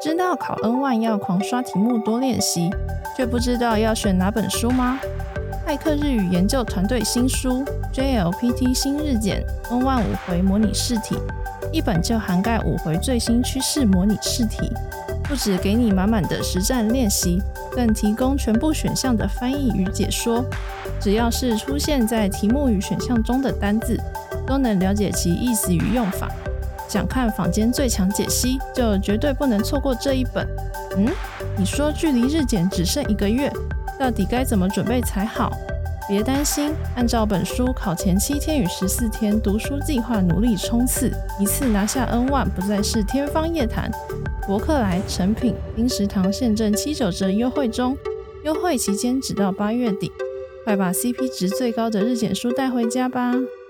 知道考 N1 要狂刷题目多练习，却不知道要选哪本书吗？骇客日语研究团队新书 JLPT 新日检 N1 5回模拟试题，一本就涵盖5回最新趋势模拟试题，不只给你满满的实战练习，更提供全部选项的翻译与解说。只要是出现在题目与选项中的单字，都能了解其意思与用法。想看坊间最强解析，就绝对不能错过这一本。你说距离日检只剩1个月，到底该怎么准备才好？别担心，按照本书考前7天与14天读书计划努力冲刺，一次拿下 N1 不再是天方夜谭。博客来、诚品、冰食堂现正79折优惠中，优惠期间直到8月底，快把 CP 值最高的日检书带回家吧。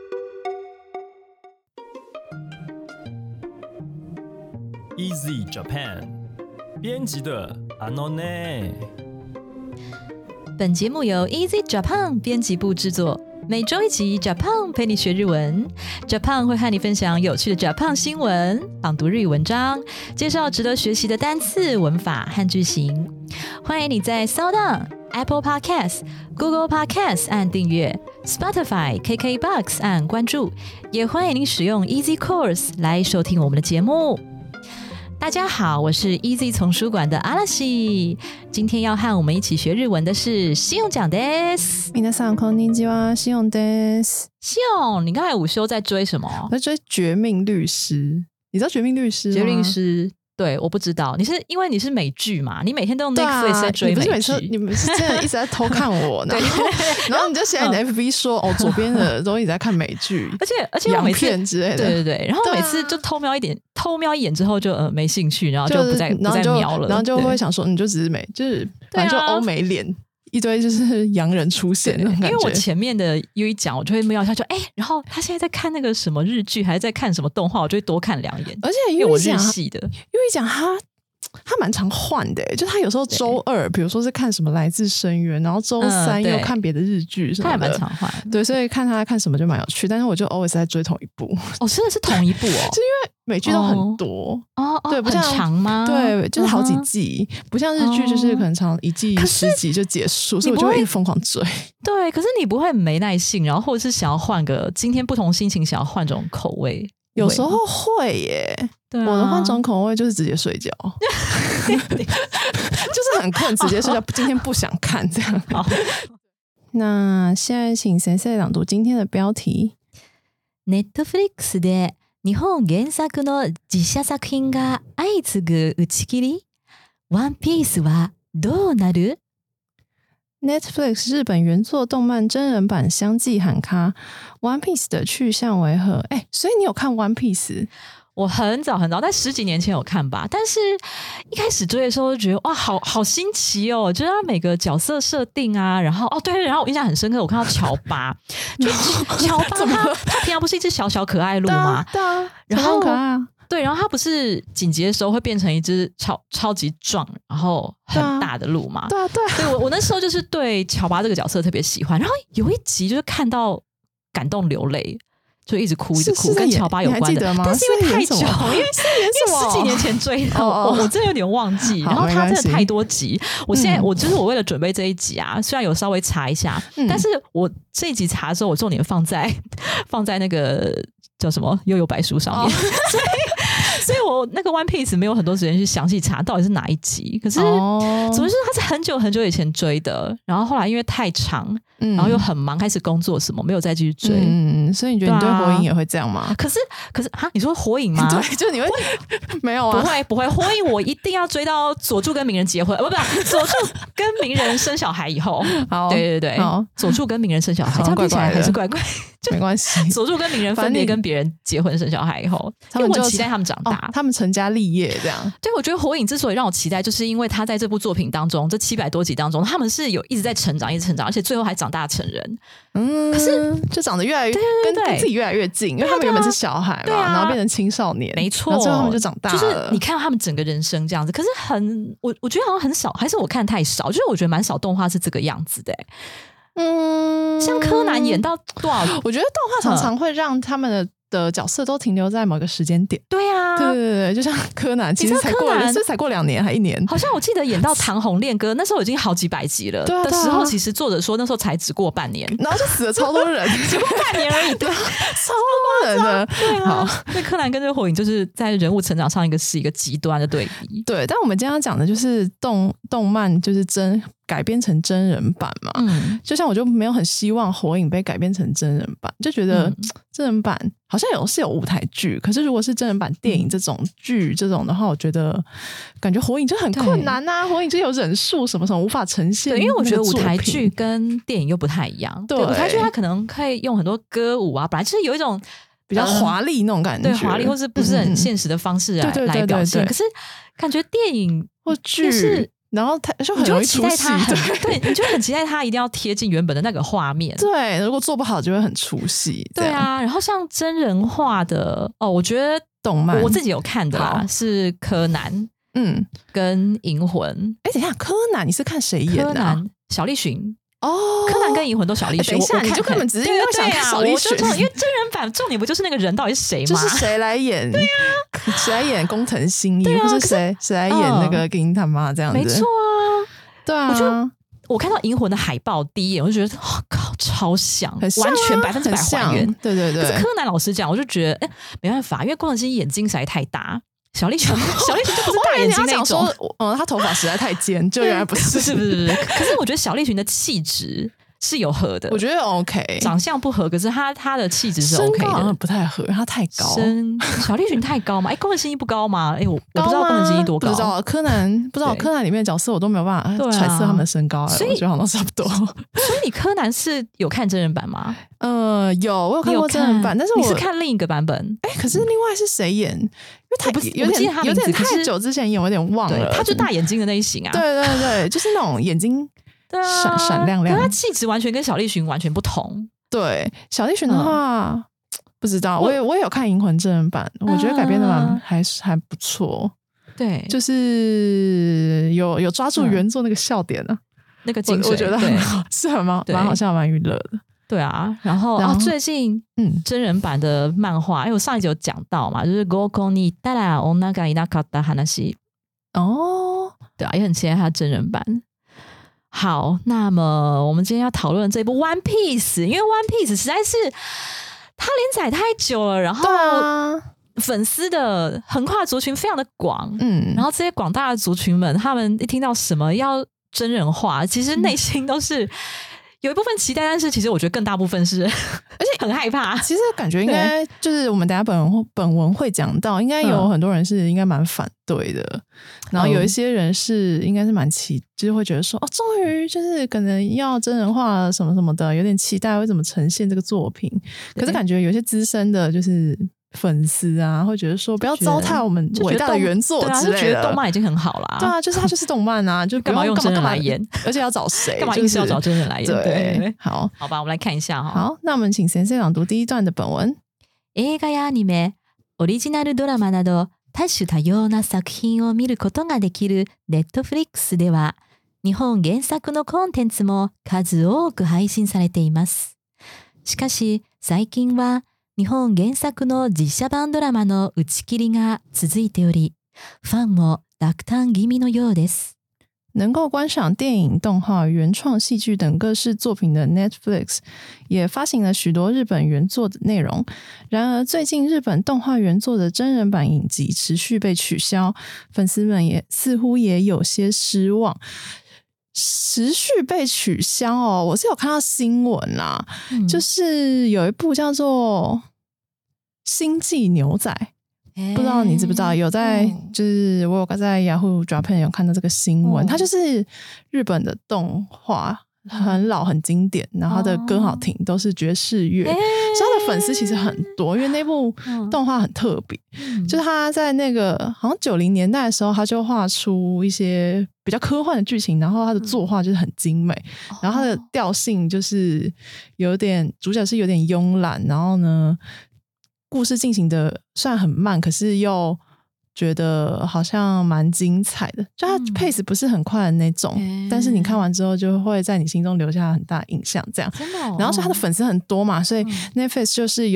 Easy Japan 编辑的 Anone。 本节目由 Easy Japan 编辑部制作，每周一集 Japan 陪你学日文。Japan 会和你分享有趣的 Japan 新闻，朗读日语文章，介绍值得学习的单字、文法和句型。欢迎你在 SoundOn、Apple Podcasts、Google Podcasts 按订阅， Spotify、KKBox 按关注，也欢迎您使用 Easy Course 来收听我们的节目。大家好，我是 Easy 丛书馆的阿拉西，今天要和我们一起学日文的是西勇讲です。 皆さんこんにちは、西勇です。 西勇，你刚才午休在追什么？ 我在追《绝命律师》，你知道《绝命律师》吗？ 绝命律师，对，我不知道。因为你是美剧嘛，你每天都用 Netflix 在追美剧。 你们是真的一直在偷看我，然后你就写在你的 FB 说左边的都一直在看美剧， 而且我每次洋片之类的， 对，然后每次就偷瞄一眼之后就没兴趣，然后就不再瞄了， 然后就会想说你就只是就是反正就欧美脸。一堆就是洋人出现那种感觉， 因为我前面的有一讲，我就会瞄一下，就然后他现在在看那个什么日剧，还是在看什么动画，我就会多看2眼。 而且因为我日系的， 因为讲他蛮常换的，就他有时候周2，比如说是看什么《来自深渊》，然后周3又看别的日剧什么的， 他也蛮常换。 对，所以看他在看什么就蛮有趣，但是我就 always 在追同一部。 真的是同一部哦， 就因为美剧都很多对，不像很长吗？ 对，就是好几季，不像日剧就是可能长1季10集就结束，所以我就会一直疯狂追。 对，可是你不会没耐性，然后或者是想要换个今天不同心情，想要换种口味？ 有时候会耶，对我的换种口味就是直接睡觉，就是很困，直接睡觉。今天不想看这样。好，那现在请先生朗读今天的标题。 Netflix で日本原作の実写作品が相次ぐ打ち切り、ワンピースはどうなる？ Netflix 日本原作动漫真人版相继喊卡 One Piece 的去向为何？所以你有看 One Piece？ 我很早在10几年前有看吧，但是一开始追的时候就觉得哇，好新奇哦！就是他每个角色设定啊，然后对，然后我印象很深刻，我看到乔巴，就乔巴他平常不是一只小小可爱鹿吗？ 对啊， 然后很可爱啊。 对，然后它不是紧急的时候会变成一只超级壮，然后很大的鹿嘛？ 对啊。 所以我那时候就是对乔巴这个角色特别喜欢，然后有一集就是看到感动流泪，就一直哭，跟乔巴有关的。但是因为太久，因为10几年前追的，我真的有点忘记。然后它真的太多集，我现在我为了准备这一集啊，虽然有稍微查一下，但是我这一集查的时候，我重点放在那个叫什么悠悠白书上面，所以我那个 One Piece 没有很多时间去详细查到底是哪一集，可是怎么说它是很久很久以前追的，然后后来因为太长，然后又很忙，开始工作什么，没有再继续追。 所以你觉得你对火影也会这样吗？ 可是你说火影吗？ 对，就你会没有啊？ 不会，火影我一定要追到佐助跟鸣人结婚，不，佐助跟鸣人生小孩以后。好，对，佐助跟鸣人生小孩，这样听起来还是怪怪。 没关系， 佐助跟鸣人分别跟别人结婚生小孩以后，因为我很期待他们长大， 他们成家立业这样。 对，我觉得火影之所以让我期待，就是因为他在这部作品当中，这700多集当中，他们是有一直在成长，而且最后还长大成人。可是就长得越来越跟自己越来越近，因为他们原本是小孩嘛，然后变成青少年， 没错， 然后最后他们就长大了。 就是你看到他们整个人生这样子，可是我觉得好像很少，还是我看太少，就是我觉得蛮少动画是这个样子的。像柯南演到多少？ 我觉得动画常常会让他们的角色都停留在某个时间点。 对啊， 对对对，就像柯南，其实才过2年还1年， 好像我记得演到唐红恋歌那时候已经好几百集了的时候，其实作者说那时候才只过半年， 然后就死了超多人， 只过半年而已，对， 超多人的。 对啊，所以柯南跟这个火影就是在人物成长上是一个极端的对比。 对，但我们今天要讲的就是动漫就是改编成真人版嘛，就像我就没有很希望火影被改编成真人版，就觉得真人版好像有舞台剧，可是如果是真人版电影这种剧这种的话，我觉得感觉火影就很困难啊，火影就有忍术什么什么无法呈现， 对，因为我觉得舞台剧跟电影又不太一样，对，舞台剧它可能可以用很多歌舞啊，本来就是有一种比较华丽那种感觉， 对，华丽或是不是很现实的方式来表现，可是感觉电影或剧是。然后就很容易出戏， 对，你就很期待它一定要贴近原本的那个画面。 对，如果做不好就会很出戏。 对啊，然后像真人化的我觉得动漫我自己有看的啦，是柯南，跟银魂。 等一下，柯南你是看谁演的？ 柯南小栗旬。柯南跟银魂都小栗旬， 等一下你就根本只是因为想看小栗旬， 因为真人版重点不就是那个人到底是谁吗？ 就是谁来演？对啊，谁来演工藤新一，或是谁来演那个银他妈这样子？ 没错啊， 对啊。 我觉得我看到银魂的海报第一眼，我就觉得靠，超像，完全100%还原。 对对对。 可是柯南老师讲，我就觉得没办法，因为工藤新一眼睛实在太大。小栗旬就不是大眼睛那种， 他头发实在太尖，就原来不是， 不是。可是我觉得小栗旬的气质是有合的， 我觉得 OK， 长相不合，可是他的气质是 OK 的， 身高不太合，他太高。 小栗旬太高嘛？工藤新一不高吗？我不知道工藤新一多高， 不知道柯南里面的角色我都没有办法揣测他们的身高，所以我觉得好像差不多。 所以你柯南是有看真人版吗？ 有，我有看过真人版，但是你是看另一个版本。 可是另外是谁演？因为有点太久之前演，我有点忘了。 他就大眼睛的那一型啊， 对对对，就是那种眼睛闪亮亮， 可他气质完全跟小栗旬完全不同。 对，小栗旬的话不知道，我也有看《银魂》真人版，我觉得改编的蛮还不错。对，就是有抓住原作那个笑点啊，那个精髓，我觉得很好，是很蛮好笑，蛮娱乐的。对啊，然后最近真人版的漫画，因为我上一集有讲到嘛，就是合コンに行ったら女がいなかった話。对啊，也很期待它真人版。好，那么我们今天要讨论这部 One Piece， 因为 One Piece 实在是它连载太久了，然后粉丝的横跨族群非常的广，然后这些广大的族群们，他们一听到什么要真人化，其实内心都是有一部分期待，但是其实我觉得更大部分是，而且很害怕。其实感觉应该就是我们等一下本文会讲到，应该有很多人是应该蛮反对的，然后有一些人是应该是蛮就是会觉得说，终于就是可能要真人化了什么什么的，有点期待会怎么呈现这个作品。可是感觉有些资深的，就是粉丝啊，会觉得说不要糟蹋我们伟大的原作之类的，就觉得动漫已经很好啦。对啊，就是它就是动漫啊，就干嘛用真人来演，而且要找谁？干嘛硬是要找真人来演？对，好吧，我们来看一下哈。好，那我们请先生朗读第一段的本文。映画やアニメ、オリジナルドラマなど多種多様な作品を見ることができる Netflix では、日本原作のコンテンツも数多く配信されています。しかし最近は日本原作の実写版ドラマの打ち切りが続いており、ファンも落胆気味のようです。能够观赏电影、动画、原创戏剧等各式作品的 Netflix 也发行了许多日本原作的内容。然而最近日本动画原作的真人版影集持续被取消，粉丝们也似乎也有些失望。持续被取消哦，我是有看到新闻啦，就是有一部叫做《星际牛仔》，不知道你知不知道？有在就是我有在 Yahoo Japan 有看到这个新闻，它就是日本的动画，很老很经典，然后它的歌好听，都是爵士乐，所以它的粉丝其实很多，因为那部动画很特别，就是他在那个好像90年代的时候，他就画出一些比较科幻的剧情，然后他的作画就是很精美，然后他的调性就是有点主角是有点慵懒，然后呢故事进行的虽然很慢，可是又觉得好像蛮精彩的，就它 pace 不是很快的那种，但是你看完之后就会在你心中留下很大的印象这样。真的然后所以他的粉丝很多嘛，所以 Netflix 就是有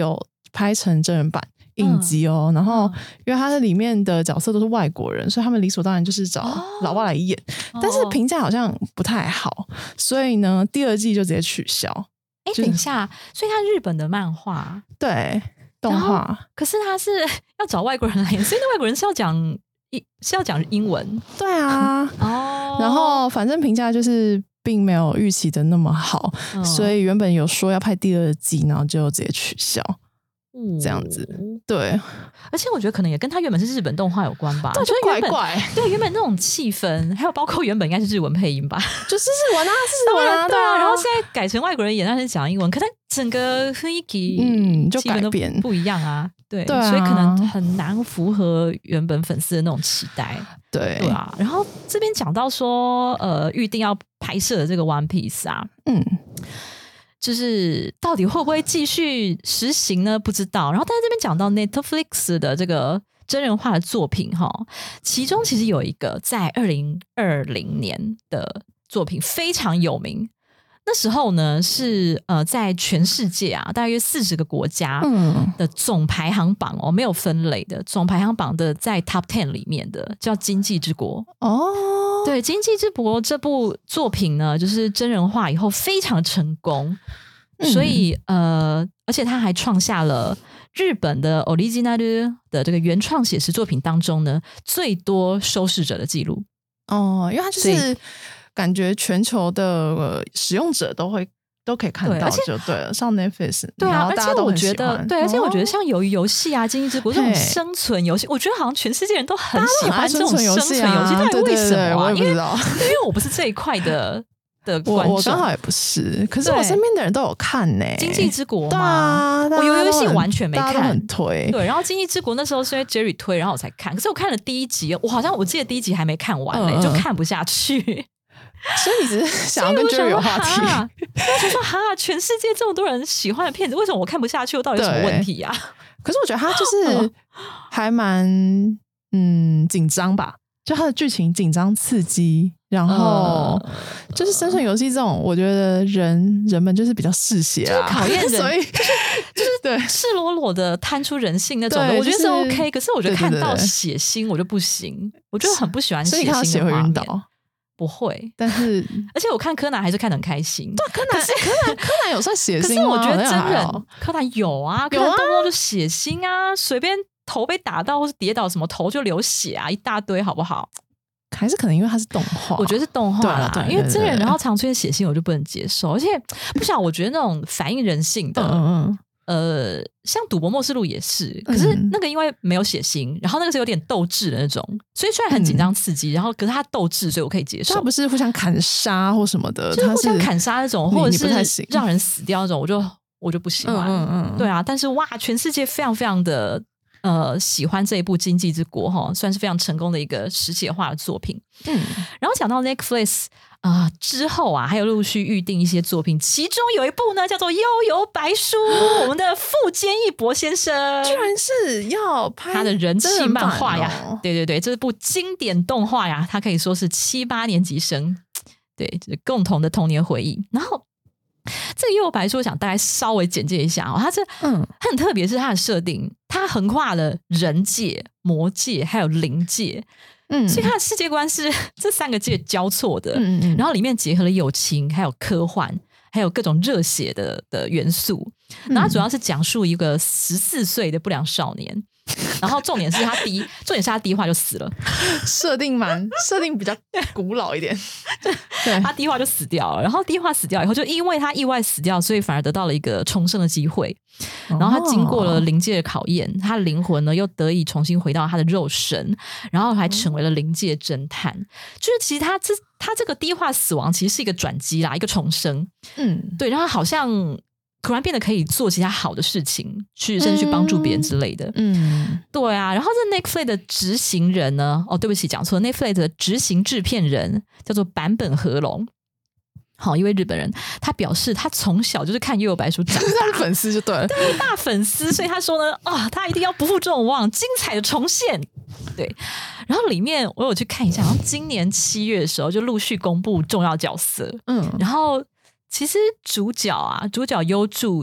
拍成真人版影集哦，然后因为它的里面的角色都是外国人，所以他们理所当然就是找老外来演，但是评价好像不太好，所以呢第2季就直接取消。 等一下，所以它日本的漫画对动画， 可是他是要找外国人来演，所以那外国人是要讲英文。 对啊然后反正评价就是并没有预期的那么好，所以原本有说要拍第2季，然后就直接取消。这样子，对， 而且我觉得可能也跟他原本是日本动画有关吧， 就怪怪， 对，原本那种气氛，还有包括原本应该是日文配音吧， 就是日文啊，是日文啊， 对啊，然后现在改成外国人演，但是讲英文，可能整个雰囲気就改变不一样啊，对， 对啊， 所以可能很难符合原本粉丝的那种期待， 对啊。然后这边讲到说，预定要拍摄的这个 One Piece 啊，就是到底会不会继续实行呢？不知道。然后但是这边讲到 Netflix 的这个真人化的作品哈，其中其实有一个在2020年的作品非常有名。那时候呢是在全世界啊大约40个国家的总排行榜哦，没有分类的总排行榜的在 Top 10里面的叫《经济之国》哦。对，《经济之国》这部作品呢，就是真人化以后非常成功，所以而且它还创下了日本的 original 的这个原创写实作品当中呢最多收视者的记录哦，因为它就是感觉全球的使用者都可以看到就对了，上 Netflix 对啊， 而且我觉得对，而且我觉得像鱿鱼游戏啊、经济之国这种生存游戏，我觉得好像全世界人都很喜欢这种生存游戏，到底为什么啊？因为我不是这一块的观众， 我刚好也不是，可是我身边的人都有看呢。 经济之国嘛， 我鱿鱼游戏完全没看， 大家都很推。 对，然后经济之国那时候是因为 Jerry 推，然后我才看。可是我看了第1集，我记得第1集还没看完嘞，就看不下去。 所以你只是想要跟 Jerry 有话题？ 我就说哈，全世界这么多人喜欢的片子，为什么我看不下去？我到底有什么问题啊？ 可是我觉得他就是还蛮紧张吧，就他的剧情紧张刺激，然后就是生存游戏这种，我觉得人们就是比较嗜血啊， 就是考验人， 所以就是对赤裸裸的摊出人性那种的，我觉得是 OK。可是我觉得看到血腥我就不行，我就很不喜欢血腥的画面。所以你看到血会晕倒？不会， 但是而且我看柯南还是看得很开心。 对，柯南有算血腥吗？ 可是我觉得真人柯南有啊，柯南动不动就血腥啊，随便头被打到或是跌倒什么头就流血啊，一大堆，好不好？ 还是可能因为它是动画， 我觉得是动画啦，因为真人然后常出现血腥我就不能接受，而且不晓得我觉得那种反映人性的像赌博默示录也是，可是那个因为没有血腥，然后那个是有点斗智的那种，所以虽然很紧张刺激，然后可是他斗智，所以我可以接受。 他不是互相砍杀或什么的， 就是互相砍杀那种，或者是让人死掉那种，我就不喜欢。对啊，但是哇，全世界非常非常的喜欢这一部《经济之国》哈，算是非常成功的一个实写化的作品。然后讲到 Netflix。之后啊，还有陆续预定一些作品，其中有一部呢叫做《幽游白书》，我们的富坚义博先生居然是要拍他的人气漫画呀！对，这部经典动画呀，他可以说是7、8年级生对，就是共同的童年回忆。然后这个《幽游白书》，我想大概稍微简介一下它很特别，是它的设定，它横跨了人界、魔界还有灵界。所以它的世界观是这3个界交错的，然后里面结合了友情，还有科幻，还有各种热血的元素。然后它主要是讲述一个14岁的不良少年，然后重点是他第一话就死了， 设定比较古老一点。 对，他第一话就死掉了，然后第一话死掉以后，就因为他意外死掉，所以反而得到了一个重生的机会。然后他经过了灵界的考验，他的灵魂呢又得以重新回到他的肉身，然后还成为了灵界侦探。就是其实他这个第一话死亡其实是一个转机啦，一个重生。对，然后好像突然变得可以做其他好的事情，甚至去帮助别人之类的。对啊。然后这 Netflix 的执行人呢，对不起讲错 ，Netflix 的执行制片人叫做坂本和隆。好，一位日本人，他表示他从小就是看《幽游白书》长大， 他粉丝就对了， 对，大粉丝，所以他说呢，他一定要不负众望，精彩的重现。对，然后里面我有去看一下，然后今年7月的时候就陆续公布重要角色，然后其实主角优助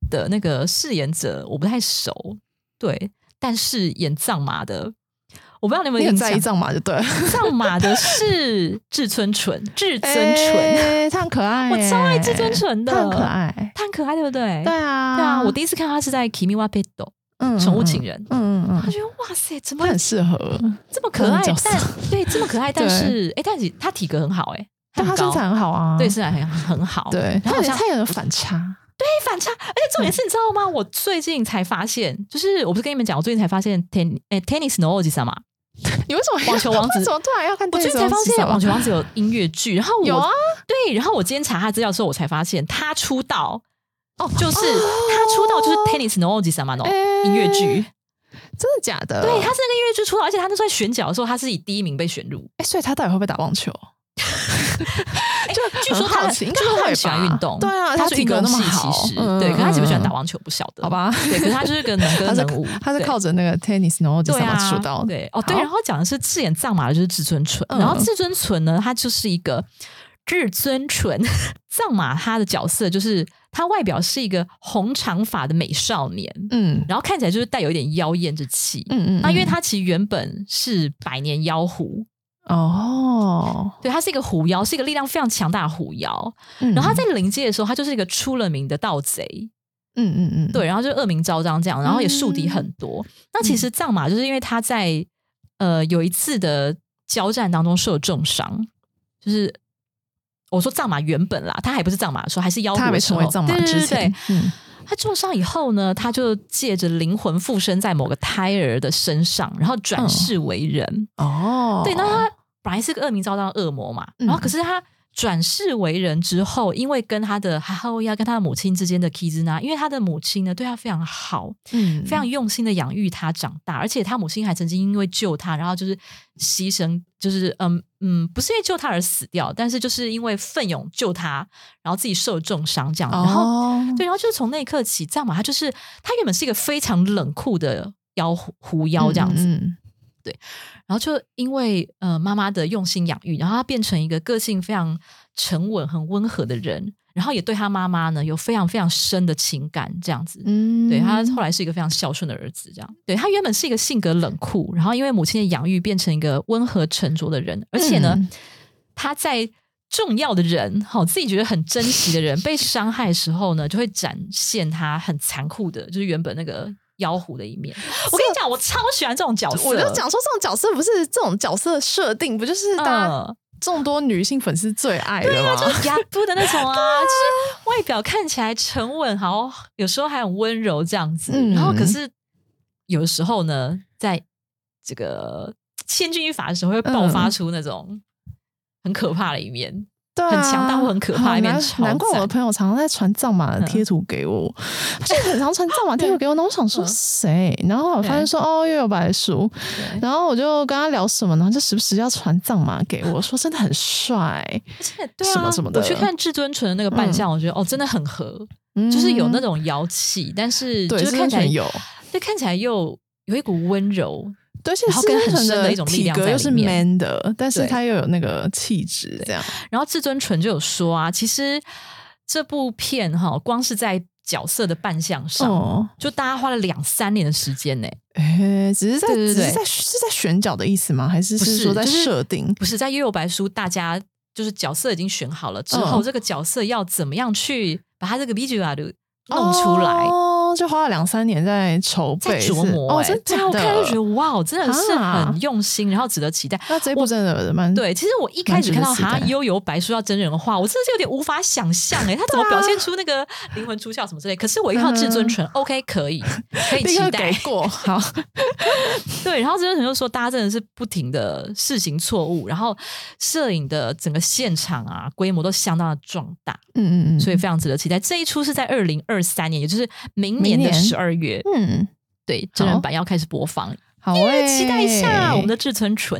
的那个饰演者我不太熟，对，但是演藏马的，我不知道你有没有印象？ 你很在意藏马就对了。 藏马的是志尊淳， 他很可爱， 我超爱志尊淳的， 他很可爱， 他很可爱，对不对？ 对啊， 对啊，我第一次看他是在《Kimi wa Petto》宠物情人，他觉得哇塞，怎么很适合这么可爱？但对这么可爱，但是但是他体格很好但他身材很好啊， 对，身材很好， 对，他有点反差， 对反差，而且重点是你知道吗？我最近才发现，就是我不是跟你们讲，我最近才发现Tennis no Oji-sama。 你为什么网球王子？ 怎么突然要看？ 我最近才发现网球王子有音乐剧，然后有啊， 对，然后我今天查他资料的时候，我才发现他出道就是他出道就是 Tennis no Oji-sama 的音乐剧。 真的假的？ 对，他是那个音乐剧出道，而且他那时候在选角的时候，他是以第1名被选入。 所以他到底会不会打棒球？ 就据说他很喜欢运动， 对啊， 他是运动系，其实对，可是他喜不喜欢打棒球不晓得， 好吧？ 对，可是他就是个能歌能舞， 他是靠着那个 tennis 然后就上出道， 对对，然后讲的是饰演藏马的就是志尊淳，然后志尊淳呢，他就是一个至尊淳藏马，他的角色就是他外表是一个红长发的美少年，然后看起来就是带有一点妖艳之气，那因为他其实原本是百年妖狐。对，他是一个狐妖，是一个力量非常强大的狐妖。然后他在灵界的时候，他就是一个出了名的盗贼。对，然后就恶名昭彰这样，然后也树敌很多。那其实藏马就是因为他在有一次的交战当中受了重伤，就是我说藏马原本啦，他还不是藏马的时候，还是妖狐的时候， 他还没成为藏马之前， 他重伤以后呢，他就借着灵魂附身在某个胎儿的身上，然后转世为人。对，那他本来是个恶名昭彰的恶魔嘛，然后可是他转世为人之后，因为跟他的哈欧亚跟他的母亲之间的 Kizuna， 因为他的母亲呢对他非常好，非常用心的养育他长大，而且他母亲还曾经因为救他，然后就是牺牲，就是不是因为救他而死掉，但是就是因为奋勇救他，然后自己受重伤这样，然后对，然后就是从那一刻起，藏马他就是他原本是一个非常冷酷的狐妖这样子，对，然后就因为妈妈的用心养育，然后他变成一个个性非常沉稳、很温和的人，然后也对他妈妈呢有非常非常深的情感，这样子。对，他后来是一个非常孝顺的儿子，这样。对，他原本是一个性格冷酷，然后因为母亲的养育变成一个温和沉着的人，而且呢，他在重要的人，自己觉得很珍惜的人被伤害的时候呢，就会展现他很残酷的，就是原本那个妖狐的一面。我跟你讲，我超喜欢这种角色。 我就讲说，这种角色不是这种角色设定，不就是大家众多女性粉丝最爱的吗？ 对啊，就是亚布的那种啊，就是外表看起来沉稳，好，有时候还很温柔这样子。然后可是有的时候呢，在这个千钧一发的时候，会爆发出那种很可怕的一面。对、很强大或很可怕的一面， 难怪我的朋友常常在传藏马的贴图给我，就很常传藏马贴图给我。然后我想说谁，然后我发现说又有白书，然后我就跟他聊什么，然后就时不时要传藏马给我，说真的很帅， 而且对啊， 什么什么的。 我去看至尊淳的那个扮相，我觉得真的很合，就是有那种妖气，但是就是看起来对看起来又有一股温柔。对，然后跟很深的一种力量在里面，体格又是 man 的，但是他又有那个气质，这样。 然后至尊淳就有说啊，其实这部片光是在角色的扮相上，就大家花了2-3年的时间呢。 只是在选角的意思吗？还是说在设定？ 不是在幽游白书，大家就是角色已经选好了之后，这个角色要怎么样去把他这个 visual 弄出来。 就花了2-3年在筹备、 在琢磨。 真的， 我看就觉得哇，真的是很用心，然后值得期待。 那这部真的蛮对。其实我一开始看到幽游白书要真人化，我真的是有点无法想象他怎么表现出那个灵魂出窍什么之类。可是我一看到至尊淳，OK， 可以期待。 给过好。 对，然后至尊淳就说，大家真的是不停的试行错误，然后摄影的整个现场啊，规模都相当的壮大。所以非常值得期待。这一出是在2023年，也就是明年的12月，对，真人版要开始播放， 好期待一下我们的至尊淳，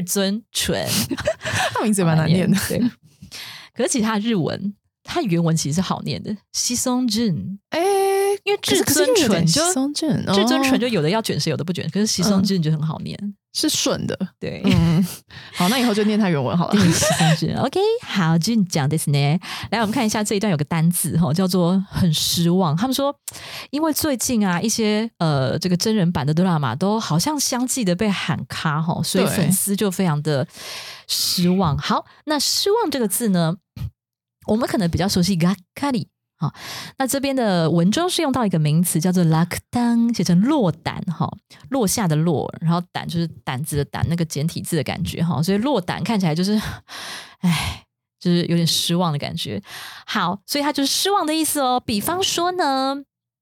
他名字蛮难念的， 对。可是其实他的日文，他原文其实是好念的，西松俊， 因为至尊唇就至尊唇就有的要卷舌，有的不卷，可是息松俊就很好念， 是顺的。 对， 好，那以后就念它原文好了。 息松俊 OK， 好，就讲ですね。来，我们看一下这一段有个单字叫做很失望。他们说，因为最近啊一些这个真人版的ドラマ都好像相继的被喊卡所以粉丝就非常的失望。好，那失望这个字呢，我们可能比较熟悉がっかり。好，那这边的文中是用到一个名词叫做落胆，写成落胆落下的落，然后胆就是胆子的胆，那个简体字的感觉所以落胆看起来就是就是有点失望的感觉。好，所以它就是失望的意思哦。比方说呢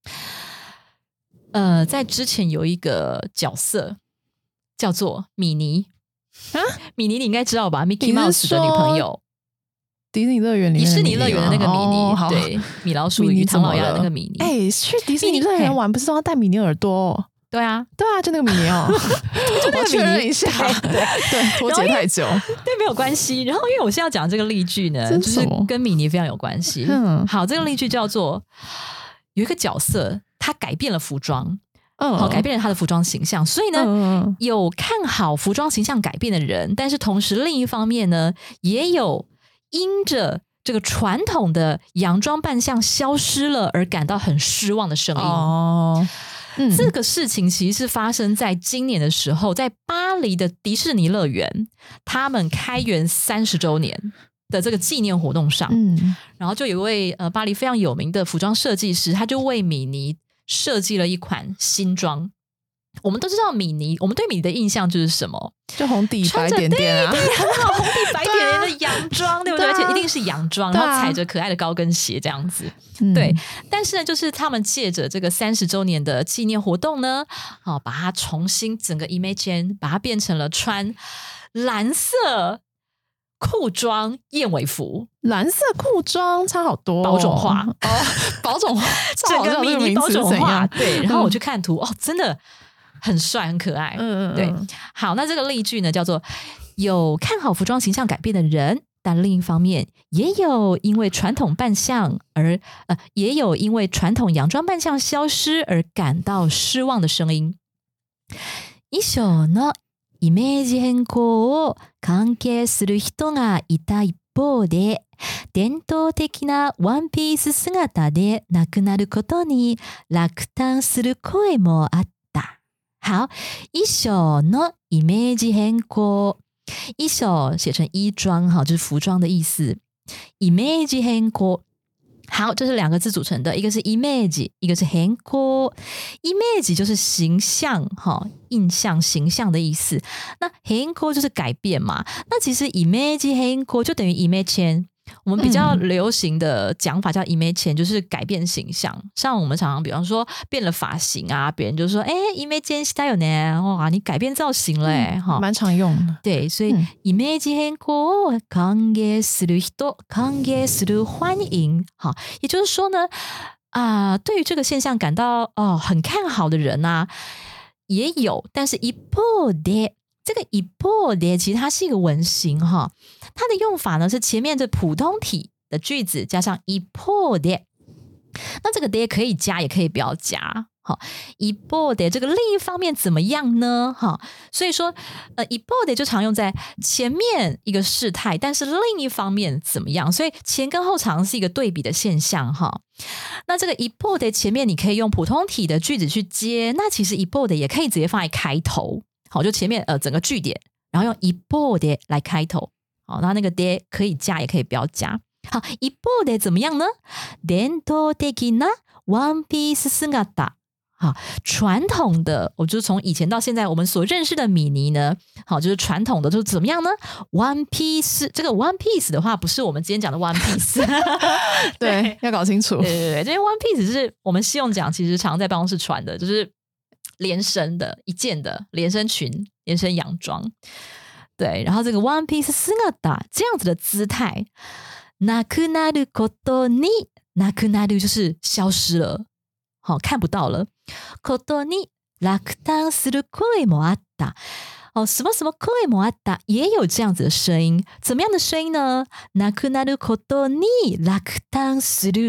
在之前有一个角色叫做米妮米妮你应该知道吧， Mickey Mouse 的女朋友， 迪士尼乐园里面， 迪士尼乐园的那个米妮，对，米老鼠与唐老鸭的那个米妮。 去迪士尼乐园玩不是都要戴米妮耳朵？ 对啊， 就那个米妮就那个确认一下，对，脱节太久， 对，没有关系。然后因为我现在要讲这个例句呢，就是跟米妮非常有关系。好，这个例句叫做有一个角色他改变了服装。改变了他的服装形象，所以呢，有看好服装形象改变的人，但是同时另一方面呢，也有因着这个传统的洋装扮相消失了而感到很失望的声音。这个事情其实是发生在今年的时候，在巴黎的迪士尼乐园，他们开园30周年的这个纪念活动上，然后就有一位巴黎非常有名的服装设计师，他就为米妮设计了一款新装。我们都知道米妮，我们对米妮的印象就是什么？ 就红底白点点啊， 对，很好，红底白点点的洋装，对不对？而且一定是洋装，然后踩着可爱的高跟鞋这样子。对，但是呢，就是他们借着这个30周年的纪念活动呢，把它重新整个 image 把它变成了穿蓝色裤装燕尾服， 蓝色裤装差好多保种化保种化， 整个米妮保种化。对，然后我去看图，真的很帅很可爱。对，好，那这个例句呢叫做有看好服装形象改变的人，但另一方面也有因为传统扮相而也有因为传统洋装扮相消失而感到失望的声音。衣装のイメージ変更を関係する人がいた一方で、伝統的なワンピース姿でなくなることに落胆する声もあった。好，衣装のイメージ変更，衣装写成衣装就是服装的意思。イメージ変更，好，这是2个字组成的，一个是 image， 一个是変更。image 就是形象印象形象的意思，那変更就是改变嘛。那其实 image 変更就等于 image， 我们比较流行的讲法叫 image， 就是改变形象。像我们常常比方说变了发型啊，别人就说image したよね，哇，你改变造型了蛮常用的。 对，所以 image 変更を歓迎する人，歓迎する欢迎。好，也就是说呢，对于这个现象感到很看好的人啊，也有，但是一方で。这个一方で其实它是一个文型它的用法呢是前面的普通体的句子加上一方で，那这个で可以加也可以不要加。一方で这个另一方面怎么样呢？所以说一方で就常用在前面一个事态，但是另一方面怎么样，所以前跟后常是一个对比的现象那这个一方で前面你可以用普通体的句子去接，那其实一方で也可以直接放在开头。好，就前面整个句点，然后用一方で来开头。好，那个で可以加也可以不要加。好，一方で怎么样呢？伝統的なワンピース姿。好，传统的，我就是从以前到现在我们所认识的米妮呢，好，就是传统的，就是怎么样呢 ？One Piece， 这个 One Piece 的话，不是我们今天讲的 One Piece， 对，要搞清楚。 对，这些 One Piece 是我们西用讲，其实常在办公室穿的，就是连身的一件的连身裙、连身洋装。对，然后这个 One Piece 姿这样子的姿态，なくなることに，なくなる就是消失了。好，看不到了。ことに落胆する声もあった。什么什么声もあった，也有这样子的声音。怎么样的声音呢？なくなることに落胆する。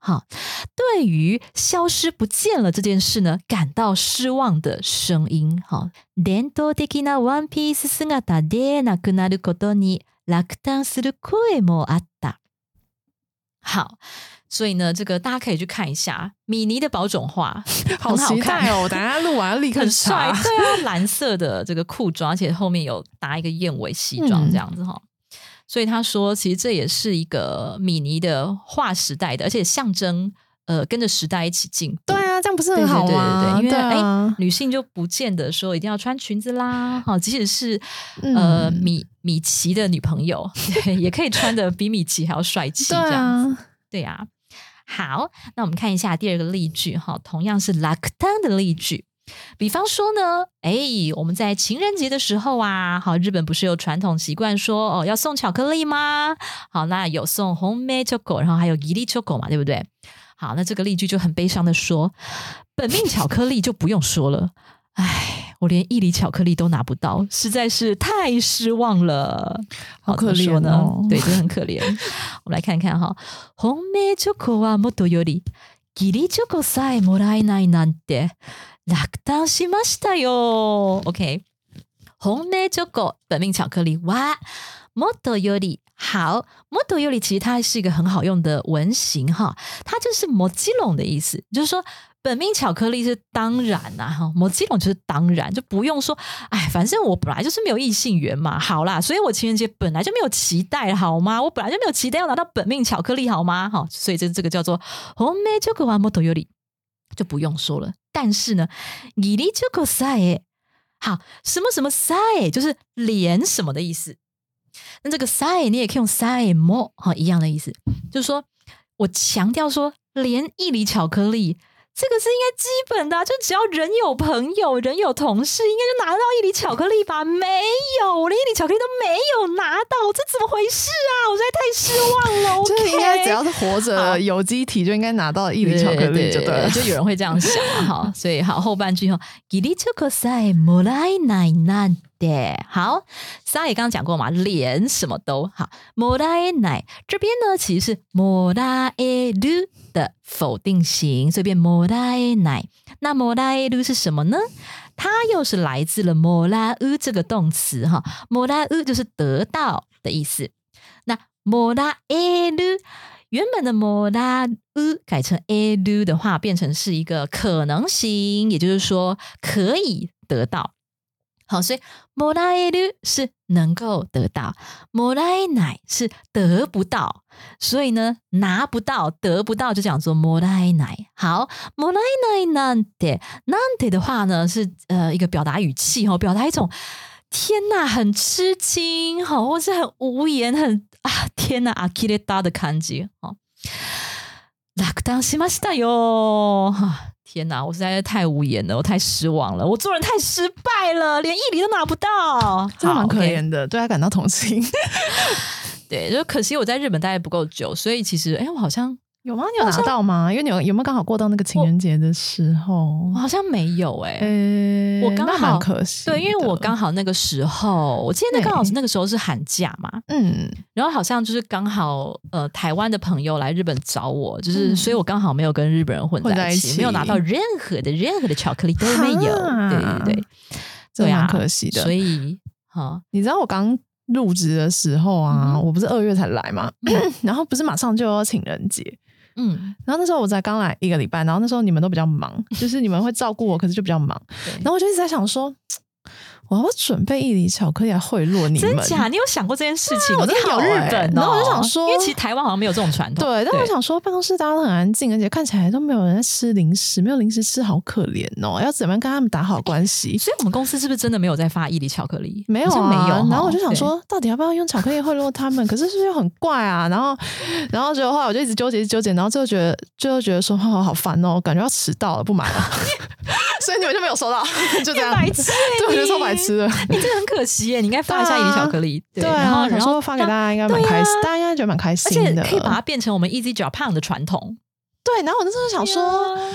好，对于消失不见了这件事呢，感到失望的声音。好，伝統的なワンピース姿でなくなることに落胆する声もあった。好，所以呢，这个大家可以去看一下米妮的宝冢画， 好期待哦！我等一下录完要立刻很帅，对啊，蓝色的这个裤装，而且后面有搭一个燕尾西装这样子哈。所以他说，其实这也是一个米妮的划时代的，而且象征跟着时代一起进步。 对啊，这样不是很好吗？ 对，因为女性就不见得说一定要穿裙子啦，好，即使是米奇的女朋友，对，也可以穿的比米奇还要帅气，这样子。对啊，好，那我们看一下第二个例句哈，同样是落胆的例句。比方说呢，我们在情人节的时候啊，好，日本不是有传统习惯说要送巧克力吗？好，那有送红梅巧克力，然后还有伊利巧克力嘛，对不对？好，那这个例句就很悲伤的说，本命巧克力就不用说了，哎，我连一粒巧克力都拿不到，实在是太失望了。 好可怜呢，对，真的很可怜。我们来看看哈，红梅巧克力はもとより義理チョコさえもらえないなんて落胆しましたよ。OK， 红梅チョコ本命巧克力哇，もとより好，もとより其实它是一个很好用的文型哈，它就是もちろん的意思，就是说本命巧克力是当然呐哈，もちろん就是当然，就不用说，哎，反正我本来就是没有异性缘嘛，好啦，所以我情人节本来就没有期待，好吗？我本来就没有期待要拿到本命巧克力，好吗？好，所以这个叫做红梅チョコはもとより，就不用说了。但是呢，義理チョコさえ，好，什么什么さえ就是连什么的意思。那这个さえ你也可以用さえも，一样的意思，就是说我强调说，连一粒巧克力。这个是应该基本的就只要人有朋友人有同事应该就拿得到一粒巧克力吧，没有，我连一粒巧克力都没有拿到，这怎么回事啊，我实在太失望了。 就是应该只要是活着有机体就应该拿到一粒巧克力就对了， 就有人会这样想哈。所以好，后半句哈，義理チョコさえもらえないなんて。好，さえ刚刚讲过嘛，连什么都好，もらえない这边呢其实是もらえる的否定型，所以变もらえない。那もらえる是什么呢？它又是来自了もらう这个动词哈，もらう就是得到的意思。那もらえる原本的もらう改成える的話，变成是一个可能型，也就是说可以得到。好，所以もらえる是能够得到，もらえない是得不到，所以呢，拿不到、得不到就讲做もらえない。好，もらえないなんて，なんて的话呢是一个表达语气哦，表达一种天哪，很吃惊哈，或是很无言，很天哪，呆れた的感じ哦。落胆しましたよ。天哪，我实在是太无言了，我太失望了，我做人太失败了，连一厘都拿不到， 真的蛮可怜的，对他感到同情。 对，就可惜我在日本待不够久，所以其实我好像有吗？你有拿到吗？因为你有没有刚好过到那个情人节的时候？ 我好像没有我刚好蛮可惜。 对，因为我刚好那个时候，我记得刚好那个时候是寒假嘛，然后好像就是刚好台湾的朋友来日本找我，就是所以我刚好没有跟日本人混在一起，没有拿到任何的巧克力都没有。对， 这蛮可惜的。 所以你知道我刚入职的时候啊，我不是2月才来嘛，然后不是马上就要情人节。然后那时候我才刚来1个礼拜，然后那时候你们都比较忙，就是你们会照顾我，可是就比较忙。然后我就一直在想说，我要准备一粒巧克力来贿赂你们。 真假？你有想过这件事情？ 我真的好日本然后我就想说， 因为其实台湾好像没有这种传统。 对，但我想说，办公室大家都很安静，而且看起来都没有人在吃零食，没有零食吃，好可怜哦！要怎么样跟他们打好关系？ 所以我们公司是不是真的没有在发一粒巧克力？ 没有啊， 没有。 然后我就想说，到底要不要用巧克力贿赂他们？可是是不是又很怪啊？然后结果后来我就一直纠结，然后最后觉得说，好烦哦，感觉要迟到了，不买了。所以你们就没有收到，就这样。 白痴对，我觉得超白痴的。 你真的很可惜耶，你应该发一下一粒巧克力。 对啊，然后发给大家应该蛮开心，大家应该觉得蛮开心的， 而且可以把它变成我们 Easy Japan 的传统。 对，然后我那时候想说，为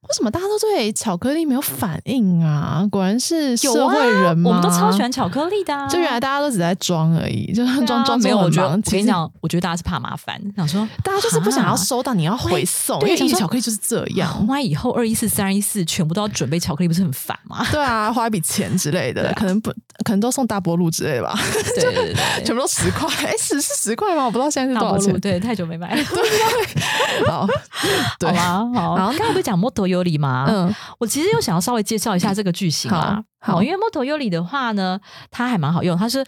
为什么大家都对巧克力没有反应啊？果然是社会人吗？ 我们都超喜欢巧克力的啊！ 就原来大家都只在装而已，就装没有。我跟你讲，我觉得大家是怕麻烦，想说大家就是不想要收到，你要回送，因为一粒巧克力就是这样。 万一以后214、314全部都要准备巧克力，不是很烦吗？ 对啊，花一笔钱之类的，可能都送大波路之类的吧。 对， 全部都10块，是10块吗？我不知道现在是多少钱。 对，太久没买了。 好，对好吧，好。刚才不是讲 Motoyori 吗？我其实又想要稍微介绍一下这个句型啦。好，因为 Motoyori 的话呢，它还蛮好用，它是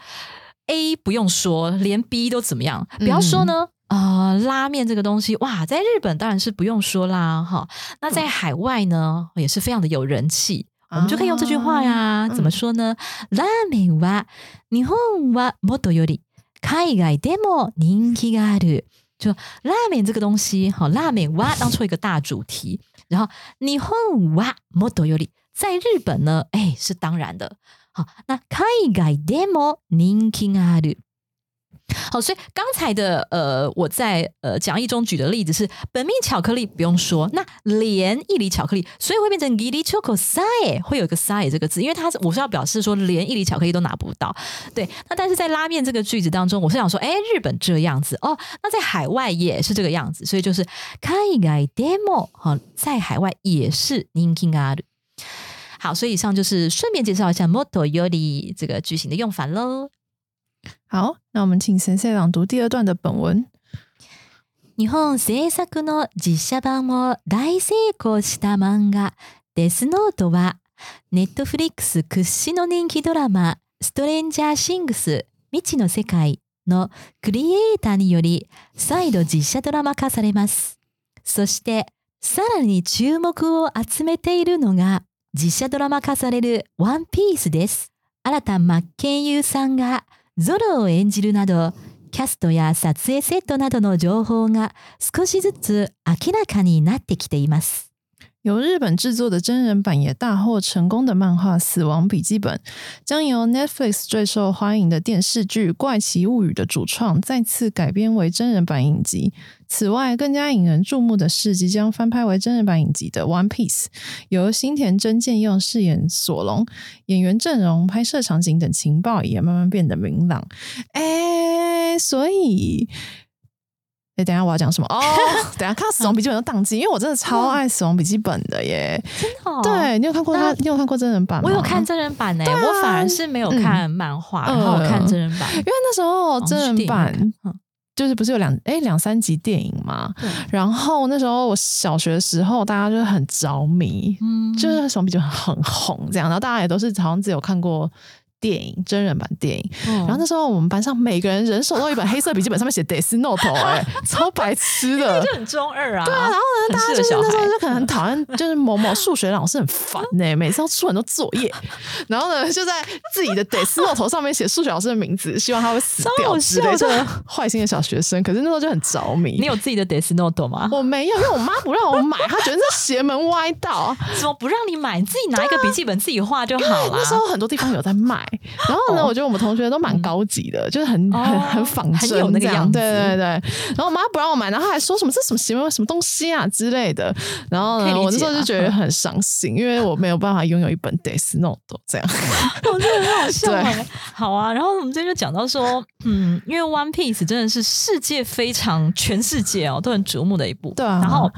A 不用说，连 B 都怎么样。比方说呢，拉面这个东西，哇，在日本当然是不用说啦，哈。那在海外呢，也是非常的有人气。我们就可以用这句话呀，怎么说呢？ラーメンは日本はもとより海外でも人気がある。就拉面这个东西，好，拉面は当做一个大主题，然后日本はもとより在日本呢，是当然的。好，那海外でも人気がある。好，所以刚才的我在讲义中举的例子是本命巧克力不用说，那连一粒巧克力，所以会变成ギリチョコサエ，会有一个サエ这个字，因为我是要表示說连一粒巧克力都拿不到。对，那但是在拉面这个句子当中，我是想说，日本这样子哦，那在海外也是这个样子，所以就是海外でも，在海外也是人気がある。好，所以以上就是顺便介绍一下もとより这个句型的用法咯。 好，那我们请先生朗读第2段的本文。 日本制作の実写版も大成功した漫画デスノートは、ネットフリックス屈指の人気ドラマストレンジャーシングス未知の世界のクリエイターにより再度実写ドラマ化されます。そしてさらに注目を集めているのが実写ドラマ化されるワンピースです。新田真剣佑さんがゾロを演じるなど、キャストや撮影セットなどの情報が少しずつ明らかになってきています。 由日本制作的真人版也大获成功的漫画《死亡笔记本》，将由 Netflix 最受欢迎的电视剧《怪奇物语》的主创再次改编为真人版影集。此外，更加引人注目的是即将翻拍为真人版影集的《One Piece》，由新田真剑佑饰演索隆，演员阵容、拍摄场景等情报也慢慢变得明朗。所以。等一下我要讲什么？等一下看到《死亡笔记本》都宕机，因为我真的超爱《死亡笔记本》的耶！ 真的？ 对，你有看过他？你有看过真人版吗？ 我有看真人版我反而是没有看漫画，然后看真人版，因为那时候真人版就是不是有两三集电影嘛？然后那时候我小学的时候，大家就很着迷，就是《死亡笔记本》很红这样，然后大家也都是好像只有看过。电影真人版电影，然后那时候我们班上每个人人手都有一本黑色笔记本，上面写 Death Note， 超白痴的， 就很中二啊。 对啊，然后呢，大家就是那时候就可能很讨厌，就是某某数学老师很烦每次要出很多作业，然后呢就在自己的 Death Note 上面写数学老师的名字，希望他会死掉之类的，坏心的小学生。可是那时候就很着迷。 你有自己的 Death Note 吗？ 我没有，因为我妈不让我买，她觉得是邪门歪道。 怎么不让你买？你自己拿一个笔记本自己画就好了。 那时候很多地方有在卖。然后呢，我觉得我们同学都蛮高级的，就是很仿真， 很有那个样子。 对对对。然后我妈不让我买，然后还说什么这什么邪门什么东西啊之类的。然后呢，我那时候就觉得很伤心，因为我没有办法拥有一本 Death Note 这样。 我觉得很好笑。好啊，然后我们今天就讲到说，因为 One Piece 真的是世界全世界都很瞩目的一部。 对啊。 然后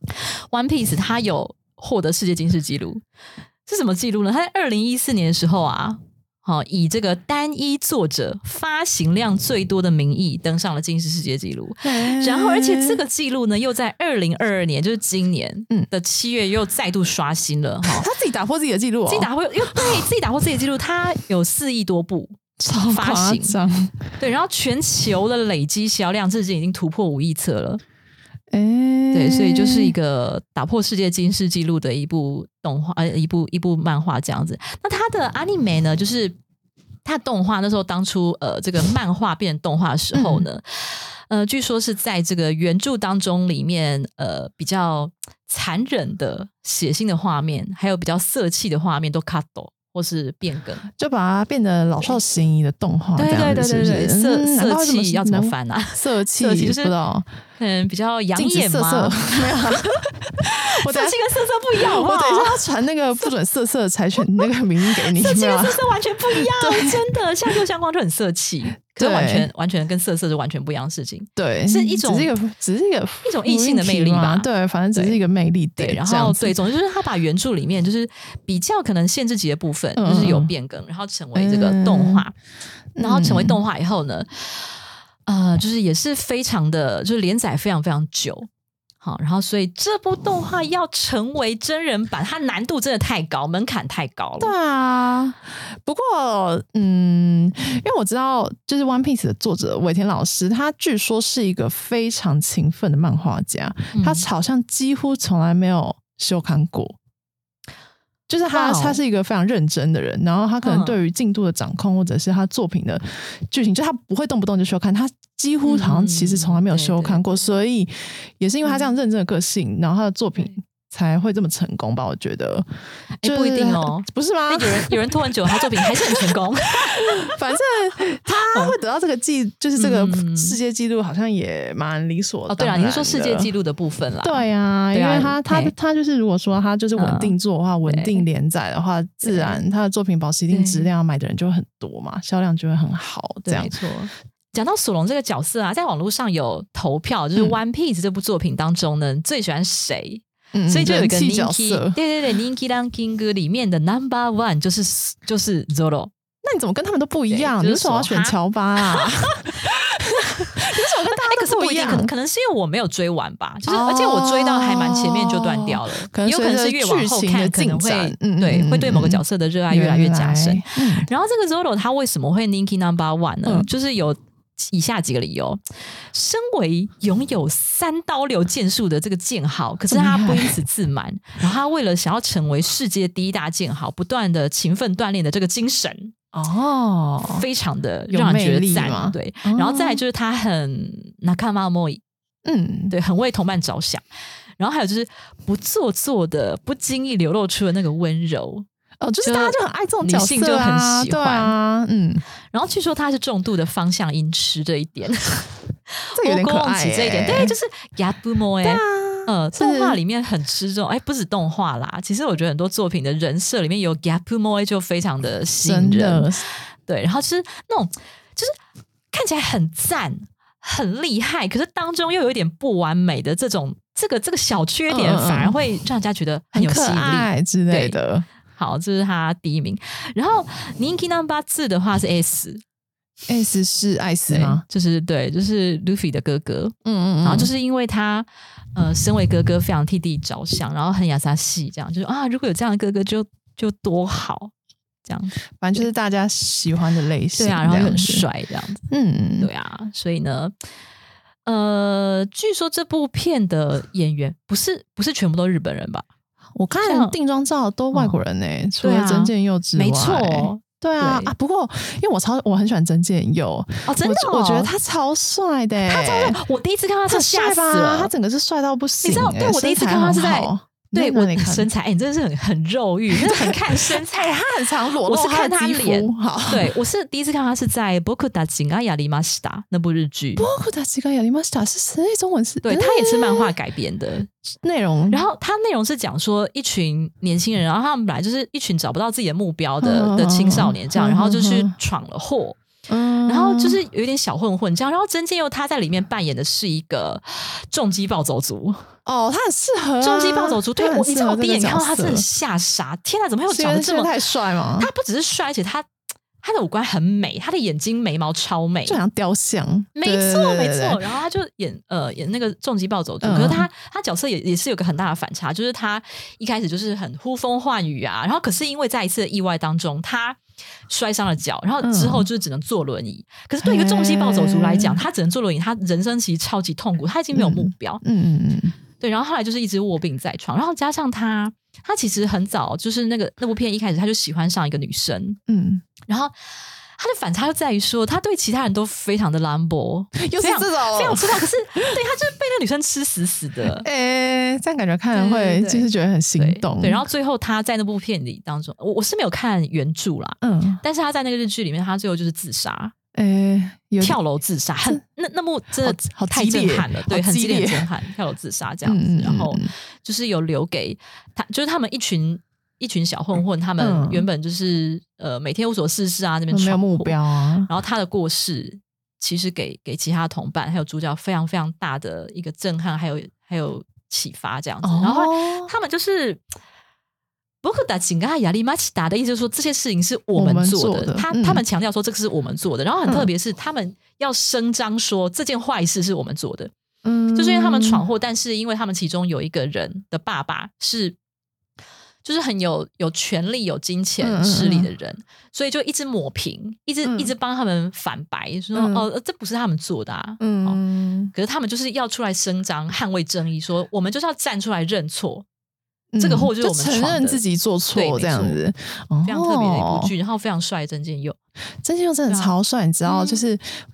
One Piece 它有获得世界金氏纪录，是什么纪录呢？它在2014年的时候啊。以这个单一作者发行量最多的名义登上了吉尼斯世界纪录，然后而且这个纪录呢又在2022年，就是今年的7月又再度刷新了。 他自己打破自己的纪录自己打破自己的纪录，他有4亿多部发行，对，然后全球的累积销量至今已经突破5亿册了。对，所以就是一个打破世界吉尼斯纪录的一部动画，一部漫画这样子。那它的 anime 呢，就是它动画那时候当初这个漫画变成动画的时候呢，据说是在这个原著当中里面比较残忍的血腥的画面，还有比较色气的画面都 cut 或是变更， 就把它变得老少咸宜的动画。对对对对对， 色气要怎么翻啊？ 色气就是不知道， 比较养眼吗？ 没有。 色气跟色色不一样好不好？ 我等一下要传那个不准色色的柴犬那个名字给你。 色气跟色色完全不一样，真的，像六相光就很色气，可是完全跟色色是完全不一样的事情。 对， 是一种只是一种异性的魅力吧？ 对，反正只是一个魅力点。 对，然后对，总之就是他把原著里面就是比较可能限制级的部分，就是有变更，然后成为这个动画，然后成为动画以后呢，就是也是非常的，就是连载非常非常久。好，然后所以这部动画要成为真人版，它难度真的太高，门槛太高了。 对啊，不过因为我知道，就是 One Piece 的作者尾田老师，他据说是一个非常勤奋的漫画家，他好像几乎从来没有休刊过。就是他是一个非常认真的人，然后他可能对于进度的掌控，或者是他作品的剧情，就他不会动不动就休刊，他几乎好像其实从来没有休刊过，所以也是因为他这样认真的个性，然后他的作品才会这么成功吧？我觉得， 不一定哦， 不是吗？ 有人拖很久，他作品还是很成功。 反正他会得到这个就是这个世界纪录，好像也蛮理所当然的。 对啊，你是说世界纪录的部分啦？ 对啊，因为他就是如果说他就是稳定做的话，稳定连载的话，自然他的作品保持一定质量，买的人就会很多嘛，销量就会很好。这样没错。讲到索隆这个角色啊，在网络上有投票，就是《One Piece》这部作品当中呢，最喜欢谁？所以就有一个 Ninki， 对 Ninki Ranking 里面的 No.1 就是 Zoro。 那你怎么跟他们都不一样？你为什么要选乔巴啊？你为什么跟大家都不一样？ 可能是因为我没有追完吧，就是而且我追到还蛮前面就断掉了，有可能是越往后看可能会会对某个角色的热爱越来越加深。然后这个 Zoro 他为什么会 Ninki No.1 呢？就是有以下几个理由。身为拥有3刀流剑术的这个剑豪，可是他不因此自满，然后他为了想要成为世界第一大剑豪，不断的勤奋锻炼的这个精神非常的让人觉得赞。对，然后再来就是他很仲間いい，对，很为同伴着想，然后还有就是不做作的不经意流露出的那个温柔。 就是大家就很爱这种角色， 女性就很喜欢。 然后据说他是重度的方向音痴这一点， 这有点可爱这一点，对，就是 Yabumo 动画里面很吃重，不止动画啦，其实我觉得很多作品的人设里面有 Yabumo 就非常的吸引人，对，然后就是那种就是看起来很赞、很厉害，可是当中又有一点不完美的这种这个小缺点，反而会让人家觉得很有吸引力之类的。 好，这是他第一名。然后 Ninki No.2 的话是 S 是艾斯吗？ 就是对，就是 Luffy 的哥哥。然后就是因为他身为哥哥非常替弟弟着想，然后很亚萨系这样，就是如果有这样的哥哥就多好，这样反正就是大家喜欢的类型。 对啊，然后又很帅这样子。对啊，所以呢，据说这部片的演员不是全部都日本人吧？我看定妆照都外国人除了真剑佑之外， 没错， 对啊。不过因为我很喜欢真剑佑真的我觉得他超帅的我第一次看他是吓死了， 他整个是帅到不行。 你知道，对我第一次看他是在。对我身材，你真的是很肉欲，真的很看身材。 他很常裸露他的肌肤。对，我是第一次看他是在《僕たちがやりました》那部日剧。 僕たちがやりました是中文是？ 对，他也是漫画改编的内容。 然后他内容是讲说一群年轻人，然后他们本来就是一群找不到自己的目标的青少年，这样，然后就去闯了祸。然后就是有点小混混这样，然后真剑佑他在里面扮演的是一个重击暴走族。 他很适合重击暴走族。对，你知道我第一眼看到他真的吓傻，天哪，怎么会有长得这么太帅吗？ 他不只是帅，而且他的五官很美，他的眼睛眉毛超美， 就像雕像。 没错没错。然后他就演那个重击暴走族，可是他角色也是有个很大的反差，就是他一开始就是很呼风唤雨啊，然后可是因为在一次的意外当中他摔伤了脚，然后之后就是只能坐轮椅。可是对一个重击暴走族来讲，他只能坐轮椅，他人生其实超级痛苦，他已经没有目标。对，然后后来就是一直卧病在床，然后加上他其实很早就是那部片一开始他就喜欢上一个女生。然后他的反差就在于说，他对其他人都非常的兰博， 又是这种非常知道，可是对他就是被那女生吃死死的。 这样感觉看了会就是觉得很心动。 对，然后最后他在那部片里当中，我是没有看原著啦，但是他在那个日剧里面，他最后就是自杀。 跳楼自杀，那幕真的太震撼了，对，很激烈震撼，跳楼自杀这样子，然后就是有留给他，就是他们一群小混混，他们原本就是每天无所事事啊，那边没有目标啊， 然后他的过世其实给其他同伴还有主角非常非常大的一个震撼，还有启发这样子，然后他们就是僕たちがやりました的意思，就是说这些事情是我们做的，他们强调说这个是我们做的，然后很特别是他们要声张说这件坏事是我们做的，就是因为他们闯祸，但是因为他们其中有一个人的爸爸是就是很有权力有金钱势力的人，所以就一直抹平，一直帮他们反白，说这不是他们做的啊，可是他们就是要出来声张捍卫正义，说我们就是要站出来认错，这个祸就是我们就承认自己做错这样子， 非常特别的一部剧，然后非常帅的曾建佑真的超帅，你知道，就是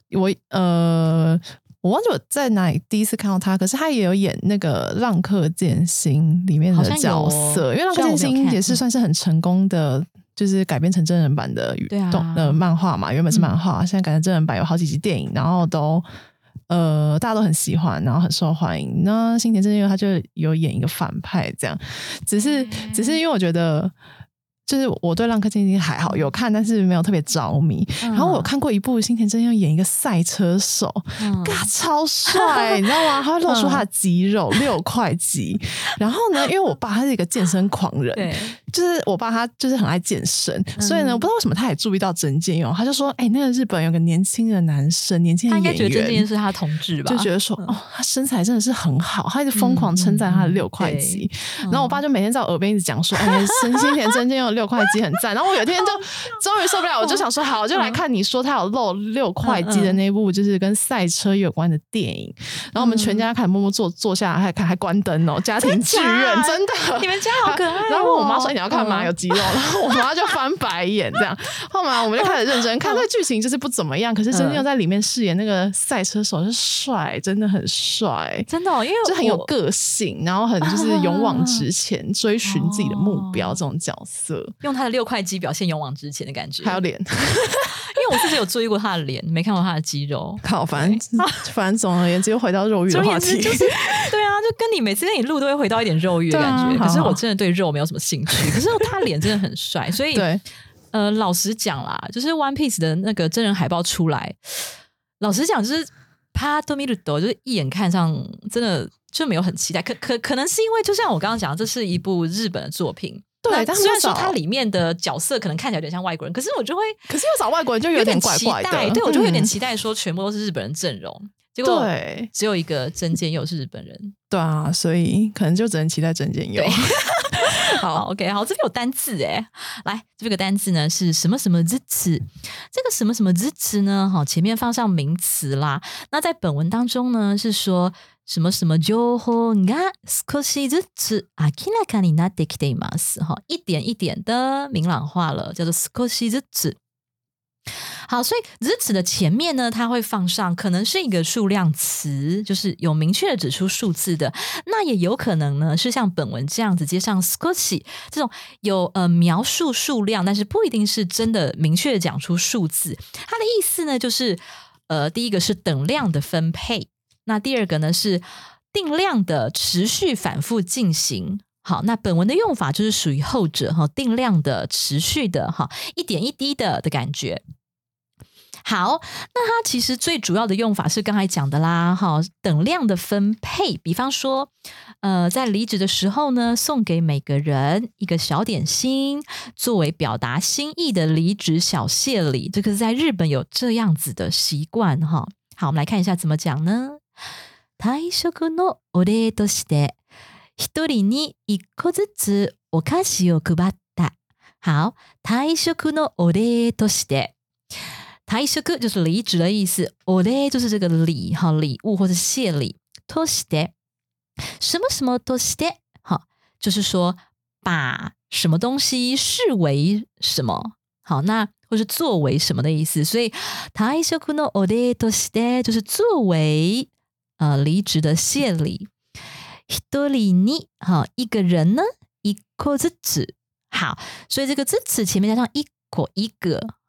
我忘记我在哪里第一次看到他，可是他也有演那个《浪客剑心》里面的角色，因为《浪客剑心》也是算是很成功的，就是改编成真人版的漫画嘛，原本是漫画，现在改成真人版，有好几集电影，然后都大家都很喜欢，然后很受欢迎。那新田真佑他就有演一个反派这样，只是因为我觉得。就是我对浪客剑心还好，有看但是没有特别着迷。然后我有看过一部新田真佑演一个赛车手，超帅，你知道吗？他会露出他的肌肉，6块肌。然后呢，因为我爸他是一个健身狂人，就是我爸他就是很爱健身，所以呢，我不知道为什么他也注意到曾建佑，他就说：“那个日本有个年轻的男生，年轻的演员， 他应该觉得曾建佑是他的同志吧？” 就觉得说：“他身材真的是很好。”他一直疯狂称赞他的6块肌。然后我爸就每天在我耳边一直讲说：“新田真剑佑6块肌很赞。”然后我有一天就终于受不了，我就想说：“好，我就来看你说他有露6块肌的那部就是跟赛车有关的电影。”然后我们全家开始默默坐下来还关灯哦，家庭剧院真的， 你们家好可爱哦。 然后我妈说：“你要看吗？有肌肉。”然后我妈就翻白眼这样。后来我们就开始认真看，这剧情就是不怎么样，可是真的在里面饰演那个赛车手是帅，真的很帅， 真的，因为就很有个性，然后很就是勇往直前，追寻自己的目标这种角色， 用他的6块肌表现勇往直前的感觉， 还有脸。 因为我自己有注意过他的脸，没看过他的肌肉。 好，反正总而言之又回到肉欲的话题， 就是对啊，就跟你每次跟你录都会回到一点肉欲的感觉。可是我真的对肉没有什么兴趣，可是他脸真的很帅，所以对。 老实讲啦，就是 One Piece 的那个真人海报出来，老实讲就是パッと見ると就是一眼看上，真的就没有很期待。可能是因为就像我刚刚讲，这是一部日本的作品。 对，但虽然说它里面的角色可能看起来有点像外国人，可是我就会， 可是要找外国人就有点怪怪的。 对，我就会有点期待说全部都是日本人阵容，结果只有一个曾建佑是日本人。 对啊，所以可能就只能期待曾建佑。 好 ，OK， 好，这边有单字哎，来，这个单字呢是什么什么日词？这个什么什么日词呢？好，前面放上名词啦。那在本文当中呢是说什么什么情報が少しずつ明らかになってきています。哈，一点一点的明朗化了，叫做少しずつ。好，所以日词的前面呢，它会放上可能是一个数量词，就是有明确的指出数字的。那也有可能呢是像本文这样子接上少し这种有描述数量，但是不一定是真的明确的讲出数字。它的意思呢就是第一个是等量的分配，那第二个呢是定量的持续反复进行。好，那本文的用法就是属于后者哈，定量的、持续的哈，一点一滴的感觉。好，那它其实最主要的用法是刚才讲的啦，哈，等量的分配。比方说，在离职的时候呢，送给每个人一个小点心，作为表達心意的離職小謝禮。这个在日本有这样子的习惯哈。好，我们来看一下怎么讲呢？退職のお礼として一人に一個ずつお菓子を配った。好，退職のお礼として。退職就是离职的意思，お礼就是这个礼哈，礼物或者谢礼。として什么什么として哈，就是说把什么东西视为什么好，那或是作为什么的意思。所以退職のお礼として就是作为离职的谢礼。一人に哈，一个人呢，一個ずつ。好，所以这个ずつ前面加上一個一个。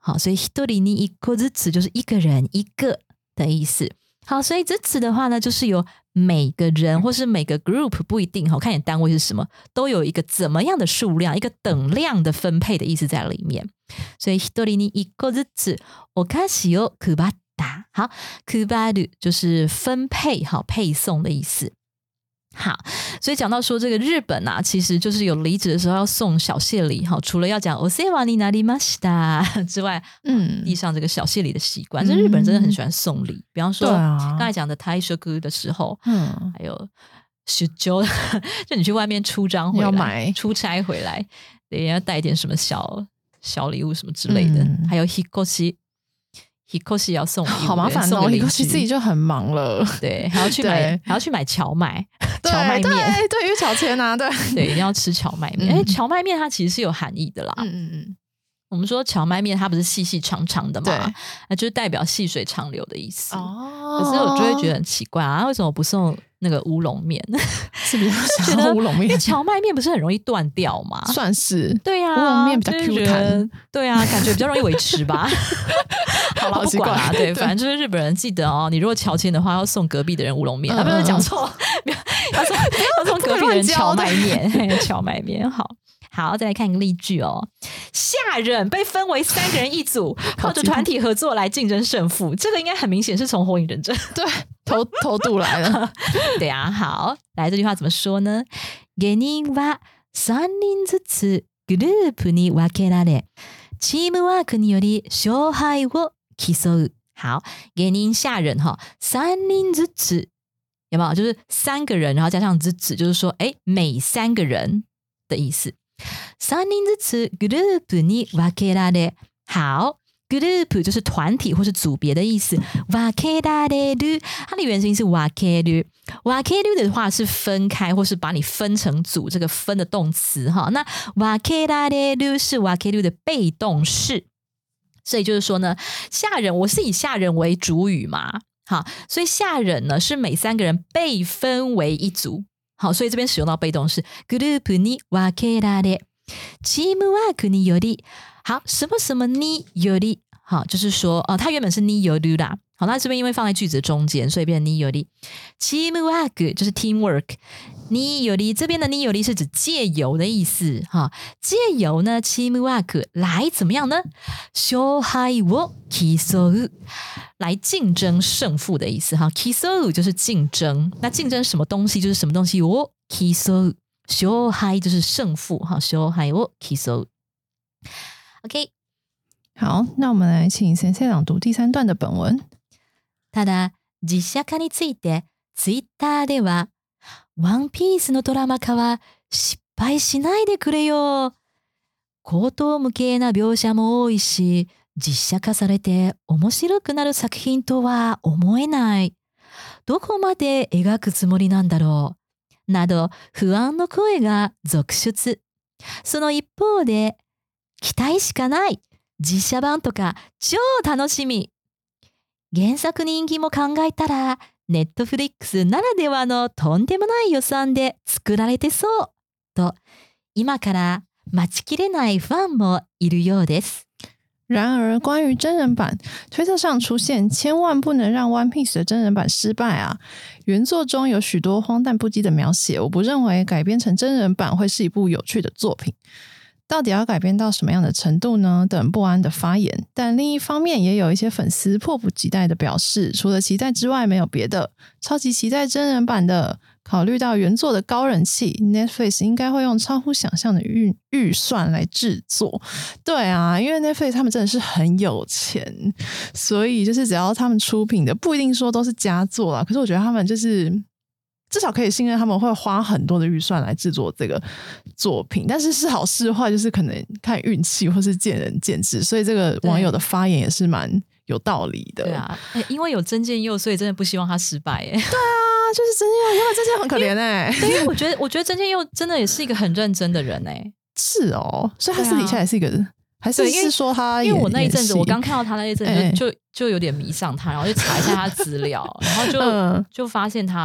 好，所以一人に一個ずつ就是一个人一个的意思。好，所以ずつ的话呢，就是有每个人或是每个 group 不一定，看你单位是什么，都有一个怎么样的数量，一个等量的分配的意思在里面。所以一人に一個ずつお菓子を配った。好，配る就是分配，好，配送的意思。好，所以讲到说这个日本啊，其实就是有离职的时候要送小谢礼，好，除了要讲お世話になりました之外，递上这个小谢礼的习惯，这日本人真的很喜欢送礼。比方说，刚才讲的退職的时候，还有出張，就你去外面出張回来，出差回来，得要带一点什么小礼物什么之类的，还有引っ越し。Hikoshi 要送礼物， 好麻烦哦。Hikoshi 自己就很忙了， 对，还要去买荞麦面， 对，因为荞钱啊，对， 一定要吃荞麦面。因为荞麦面它其实是有含义的啦。我们说荞麦面它不是细细长长的嘛，那就是代表细水长流的意思。可是我就会觉得很奇怪啊，为什么不送那个乌龙面？ 是比较想要乌龙面， 因为荞麦面不是很容易断掉吗？ 算是， 对呀， 乌龙面比较 Q 弹， 对啊，感觉比较容易维持吧。好了，不管啦，对，反正就是日本人记得哦，你如果乔迁的话，要送隔壁的人乌龙面，不是讲错，要送隔壁的人荞麦面，荞麦面好，再来看一个例句哦。下忍被分为3个人一组，靠着团体合作来竞争胜负，这个应该很明显是从火影忍者对偷渡来了。 对啊，好，来这句话怎么说呢？芸人は3人ずつグループに分けられ、チームワークにより勝敗を競う。好，芸人下忍3人ずつ，有没有？就是3个人，然后加上ずつ，就是说，每3个人的意思。3人ずつグループに分けられ。好，group 就是团体或是组别的意思。分けられる，它的原型是分ける。分ける的话是分开或是把你分成组，这个分的动词哈。那分けられる是分ける的被动式，所以就是说呢，下忍我是以下忍为主语嘛，好，所以下忍呢是每3个人被分为一组。好，所以这边使用到被动式，グループに分けられ、チームワークにより。好，什么什么により，好，就是说，它原本是による啦。好，那这边因为放在句子中间，所以变成により。チームワーク就是 teamwork， により这边的により是指借由的意思，哈，借由呢チームワーク来怎么样呢？勝敗を競う，来竞争胜负的意思，哈，競う就是竞争，那竞争什么东西就是什么东西を競う，勝敗就是胜负，哈，勝敗を競う。OK， 好，那我们来请先生朗读第3段的本文。 ただ実写化についてツイッターではワンピースのドラマ化は失敗しないでくれよ。高等無形な描写も多いし、実写化されて面白くなる作品とは思えない。どこまで描くつもりなんだろう。など不安の声が続出。その一方で期待しかない実写版とか超楽しみ。原作人気も考えたらネットフリックスならではのとんでもない予算で作られてそうと今から待ちきれないファンもいるようです。 然而关于真人版，推特上出现千万不能让 One Piece 的真人版失败啊！原作中有许多荒诞不羁的描写，我不认为改编成真人版会是一部有趣的作品。到底要改编到什么样的程度呢？等不安的发言。但另一方面也有一些粉丝迫不及待的表示，除了期待之外没有别的，超级期待真人版的。考虑到原作的高人气， Netflix 应该会用超乎想象的预算来制作。对啊，因为 Netflix 他们真的是很有钱，所以就是只要他们出品的不一定说都是佳作啦，可是我觉得他们就是至少可以信任他们会花很多的预算来制作这个作品，但是是好是坏就是可能看运气或是见仁见智，所以这个网友的发言也是蛮有道理的。 对啊，因为有曾建佑，所以真的不希望他失败。对啊，就是曾建佑，因为曾建佑很可怜对，因为我觉得曾建佑真的也是一个很认真的人是哦，所以他私底下也是一个人。还是说他因为我那一阵子我刚看到他那一阵子就有点迷上他，然后就查一下他资料然后就发现他就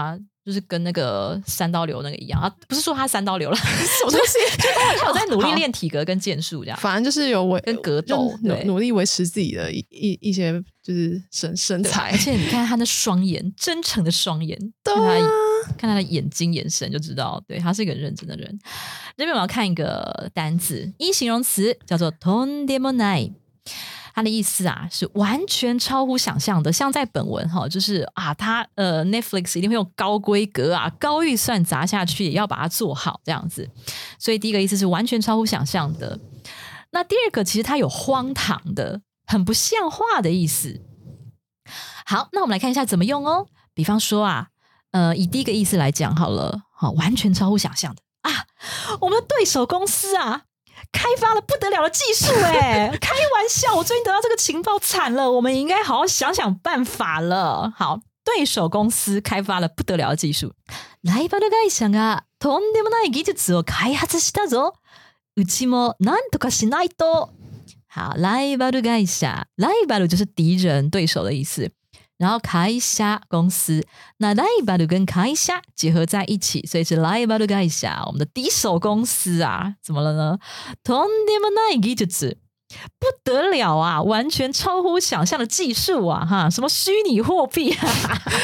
就是跟那个三刀流那个一样啊，不是说他三刀流了， 什么东西？ 就他有在努力练体格跟剑术这样， 反正就是有跟格斗， 努力维持自己的一些就是身材。 而且你看他那双眼，真诚的双眼， 对啊， 看他的眼睛眼神就知道，对他是一个认真的人。这边我们要看一个单字，一形容词叫做とんでもない。它的意思啊是完全超乎想象的，像在本文就是啊，它Netflix 一定会用高规格啊、高预算砸下去，也要把它做好这样子。所以第一个意思是完全超乎想象的。那第二个其实它有荒唐的、很不像话的意思。好，那我们来看一下怎么用哦。比方说啊，以第一个意思来讲好了，完全超乎想象的啊，我们的对手公司啊。开发了不得了的技术开玩笑，我最近得到这个情報惨了，我们应该好好想想办法了。好，对手公司开发了不得了的技术，ライバル会社がとんでもない技術を開発したぞ。うちもなんとかしないと。好，ライバル会社，ライバル就是敌人、对手的意思。然后会社公司，那ライバル跟会社结合在一起，所以是ライバル会社，我们的敌手公司啊，怎么了呢？とんでもない技術，不得了啊，完全超乎想象的技术啊，哈，什么虚拟货币啊，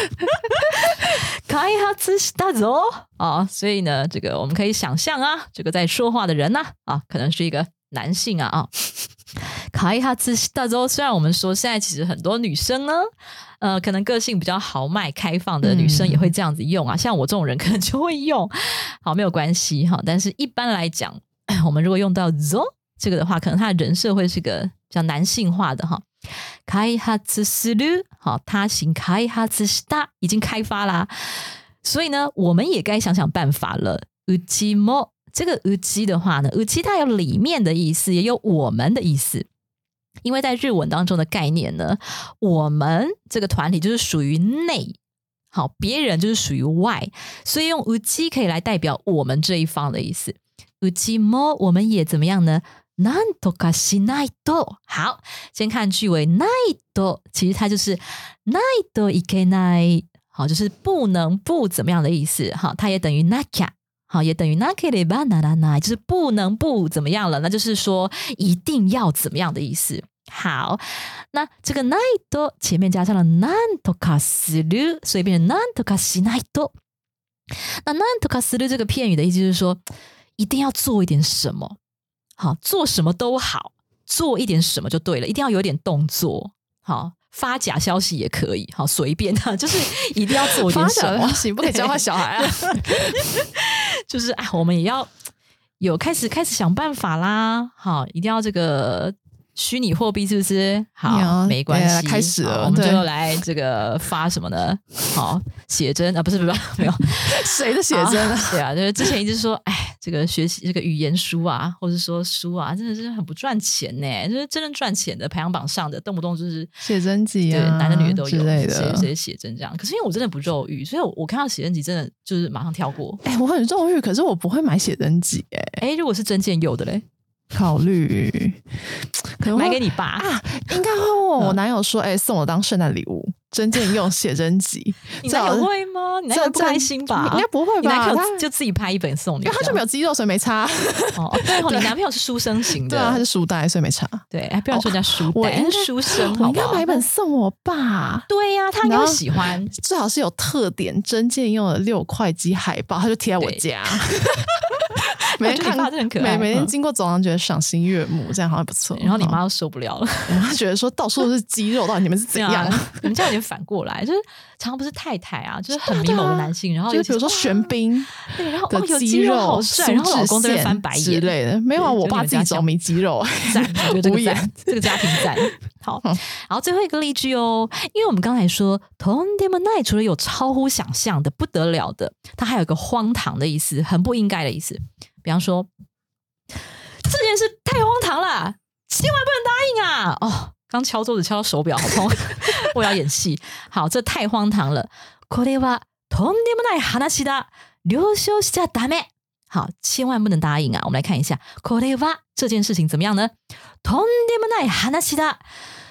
開発したぞ啊，所以呢，这个我们可以想象啊，这个在说话的人呢啊，可能是一个男性啊。開発したぞ，虽然我们说现在其实很多女生呢。可能个性比较豪迈开放的女生也会这样子用啊，像我这种人可能就会用，好，没有关系哈。但是一般来讲，我们如果用到 zo 这个的话，可能他的人设会是个比较男性化的哈。開発する，好，他行開発した已经开发啦，所以呢，我们也该想想办法了。うちも这个うち的话呢，うち它有里面的意思，也有我们的意思。因为在日文当中的概念呢，我们这个团体就是属于内，好，别人就是属于外，所以用うち可以来代表我们这一方的意思。うちも我们也怎么样呢？なんとかしないと。好，先看句尾ないと，其实它就是ないといけない，好，就是不能不怎么样的意思。好，它也等于なきゃ。好，也等于なければならない，就是不能不怎么样了，那就是说一定要怎么样的意思。好，那这个ないと前面加上了なんとかする，所以变成なんとかしないと。那なんとかする这个片语的意思就是说，一定要做一点什么，好，做什么都好，做一点什么就对了，一定要有点动作，好。发假消息也可以，好，随便的，就是一定要做一点什么。 发假消息不可以教坏小孩啊。 就是我们也要有开始想办法啦，好，一定要这个虚拟货币是不是？好，没关系， 开始了， 我们就来这个发什么呢？好，写真啊，不是，没有， 谁的写真啊？ 对啊，就是之前一直说，哎，这个学习这个语言书啊，或者说书啊，真的是很不赚钱呢。就是真正赚钱的排行榜上的，动不动就是写真集啊， 对，男的女的都有之类的， 谁写真这样。可是因为我真的不肉欲，所以我看到写真集真的就是马上跳过。 哎，我很肉欲，可是我不会买写真集。 哎，如果是真剑佑的嘞？ 考虑可能买给你爸啊，应该会问我男友说，送我当圣诞礼物，真剑佑写真集。 你男友会吗？你男友不开心吧？ 应该不会吧？ 你男朋友就自己拍一本送你， 因为他就没有肌肉，所以没差。 对，你男朋友是书生型的， 对啊，他是书呆，所以没差。 对，不要说人家书呆，书生， 我应该买一本送我爸。 对呀，他应该会喜欢， 最好是有特点，真剑佑的6块肌海报，他就贴在我家。每天看很可爱， 每天经过走廊觉得赏心悦目，这样好像不错。 然后你妈都受不了了， 然后觉得说到处都是肌肉，到底你们是怎样？ 你们家有点反过来，就是常常不是太太啊，就是很迷茫的男性，然后就比如说玄彬， 对，然后有肌肉好帅，然后老公在那翻白眼之类的。没有啊，我爸自己着迷肌肉， 赞，我觉得这个赞，这个家庭赞。好，然后最后一个例句哦，因为我们刚才说とんでもない除了有超乎想象的、不得了的，它还有一个荒唐的意思，很不应该的意思。比方说，这件事太荒唐了，千万不能答应啊！哦，刚敲桌子敲到手表，好痛！我要演戏。好，这太荒唐了。これはとんでもない話だ。了承しちゃダメ。好，千万不能答应啊！我们来看一下，これは这件事情怎么样呢？とんでもない話だ。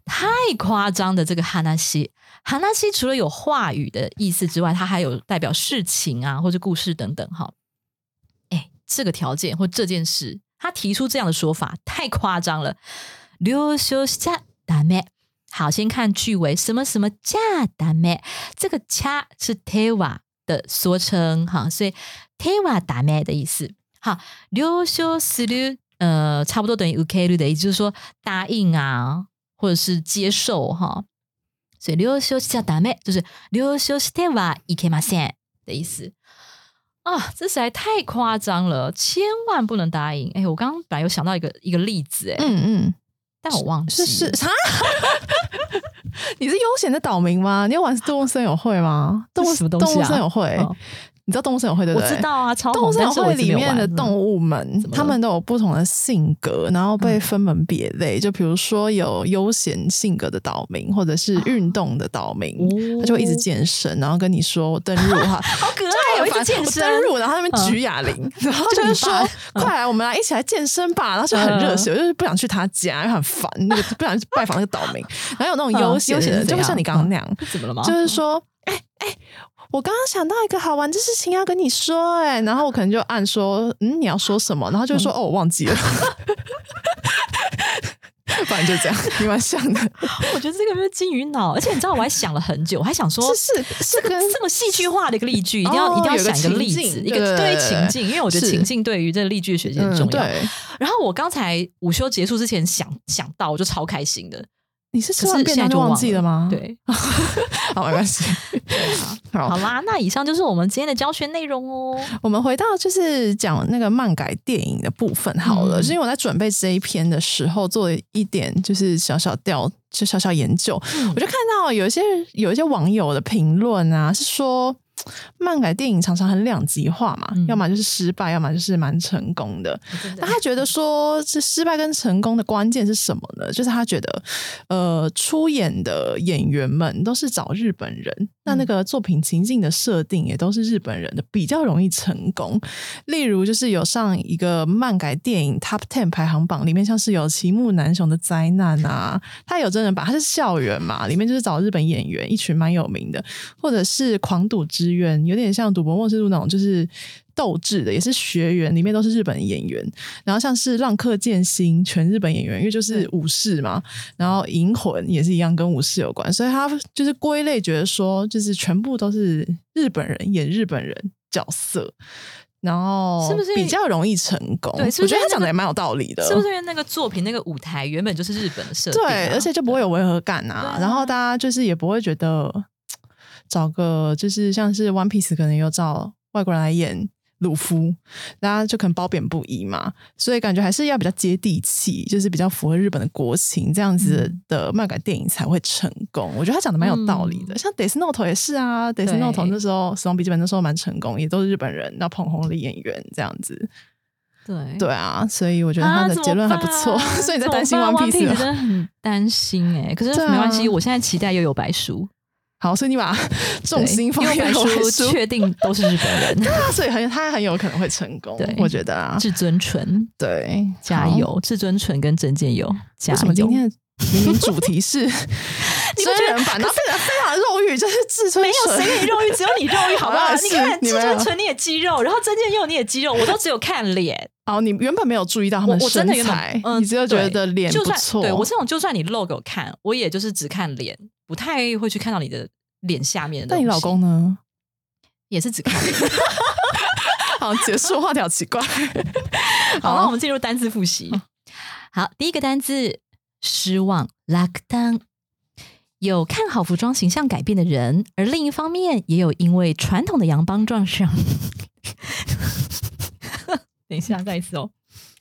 太夸张的这个哈纳西，哈纳西除了有话语的意思之外，它还有代表事情啊或者故事等等哈。这个条件或这件事，他提出这样的说法太夸张了。了承しちゃダメ。好，先看句尾，什么什么じゃダメ，这个恰是手話的缩称哈，所以手はダメ的意思。好，了承する差不多等于受ける的意思，就是说答应啊，或者是接受哈。所以了承しちゃダメ就是了承してはいけません的意思。啊，这实在太夸张了，千万不能答应。我刚刚本来有想到一个例子，但我忘记是你是悠闲的岛民吗？你有玩动物森友会吗？ 什么东西啊？ 动物森友会。你知道动物森友会对不对？ 我知道啊，超红。 动物森友会里面的动物们，他们都有不同的性格，然后被分门别类。就比如说有悠闲性格的岛民，或者是运动的岛民，他就会一直健身，然后跟你说登入哈， 好可爱，一直健身登入，然后他那边举哑铃，然后就是说快来，我们来一起来健身吧，然后就很热血，我就是不想去他家，又很烦，那个不想去拜访那个岛民。然后有那种悠闲的，就会像你刚刚那样， 怎么了吗？ 就是说，我刚刚想到一个好玩的事情要跟你说，然后我可能就按说，你要说什么？然后就说，我忘记了。反正就这样，你蛮像的。 我觉得这个就是金鱼脑，而且你知道，我还想了很久，我还想说， 是这么戏剧化的一个例句，一定要想一个例子，一个对情境，因为我觉得情境对于这个例句的学习很重要。然后我刚才午休结束之前想到，我就超开心的。 你是吃完便当就忘记了吗？ 对， 好，没关系。 好啦，那以上就是我们今天的教学内容哦。 我们回到就是讲那个漫改电影的部分好了，是因为我在准备这一篇的时候做了一点就是小小研究，我就看到有一些网友的评论啊，是说漫改电影常常很两极化嘛，要么就是失败，要么就是蛮成功的。那他觉得说这失败跟成功的关键是什么呢？就是他觉得出演的演员们都是找日本人，那个作品情境的设定也都是日本人的，比较容易成功。例如就是有上一个漫改电影 Top 10 排行榜里面，像是有齐木楠雄的灾难啊，他有真人版，他是校园嘛，里面就是找日本演员，一群蛮有名的，或者是狂赌之渊，有点像赌博默示录那种，就是斗智的，也是学员，里面都是日本演员。然后像是浪客剑心，全日本演员，因为就是武士嘛。然后银魂也是一样，跟武士有关，所以他就是归类，觉得说就是全部都是日本人演日本人角色，然后是不是比较容易成功？对，我觉得他讲的也蛮有道理的。 是不是因为那个作品那个舞台原本就是日本的设定对，而且就不会有违和感啊。然后大家就是也不会觉得找个就是像是 One Piece 可能有找外国人来演鲁夫，大家就可能褒贬不一嘛，所以感觉还是要比较接地气，就是比较符合日本的国情，这样子的漫改电影才会成功。我觉得他讲的蛮有道理的。像 Death Note 也是啊， Death Note 那时候死亡笔记本那时候蛮成功，也都是日本人，然后捧红的演员这样子。对啊，所以我觉得他的结论还不错。所以你在担心 One Piece 吗？ 真的很担心可是没关系，我现在期待又有白书。 好，所以你把重心放在白书，确定都是日本人。 对啊，所以他很有可能会成功。对，我觉得啊， 至尊纯， 对， 加油！至尊纯跟真剑佑，加油！ 为什么今天的明明主题是真人版，然后变得非常肉欲，就是至尊纯， 没有谁给你肉欲，只有你肉欲，好不好？你看至尊纯你也肌肉，然后真剑佑你也肌肉，我都只有看脸。 哦，你原本没有注意到他们身材，你只有觉得脸不错。 对，我这种就算你露给我看，我也就是只看脸，不太会去看到你的脸下面的东西。 那你老公呢？ 也是只看脸。 好，结束，话题好奇怪。 好，那我们进入单字复习。好，第一个单字失望，落胆。有看好服装形象改变的人，而另一方面也有因为传统的洋帮撞上。等一下，再一次哦。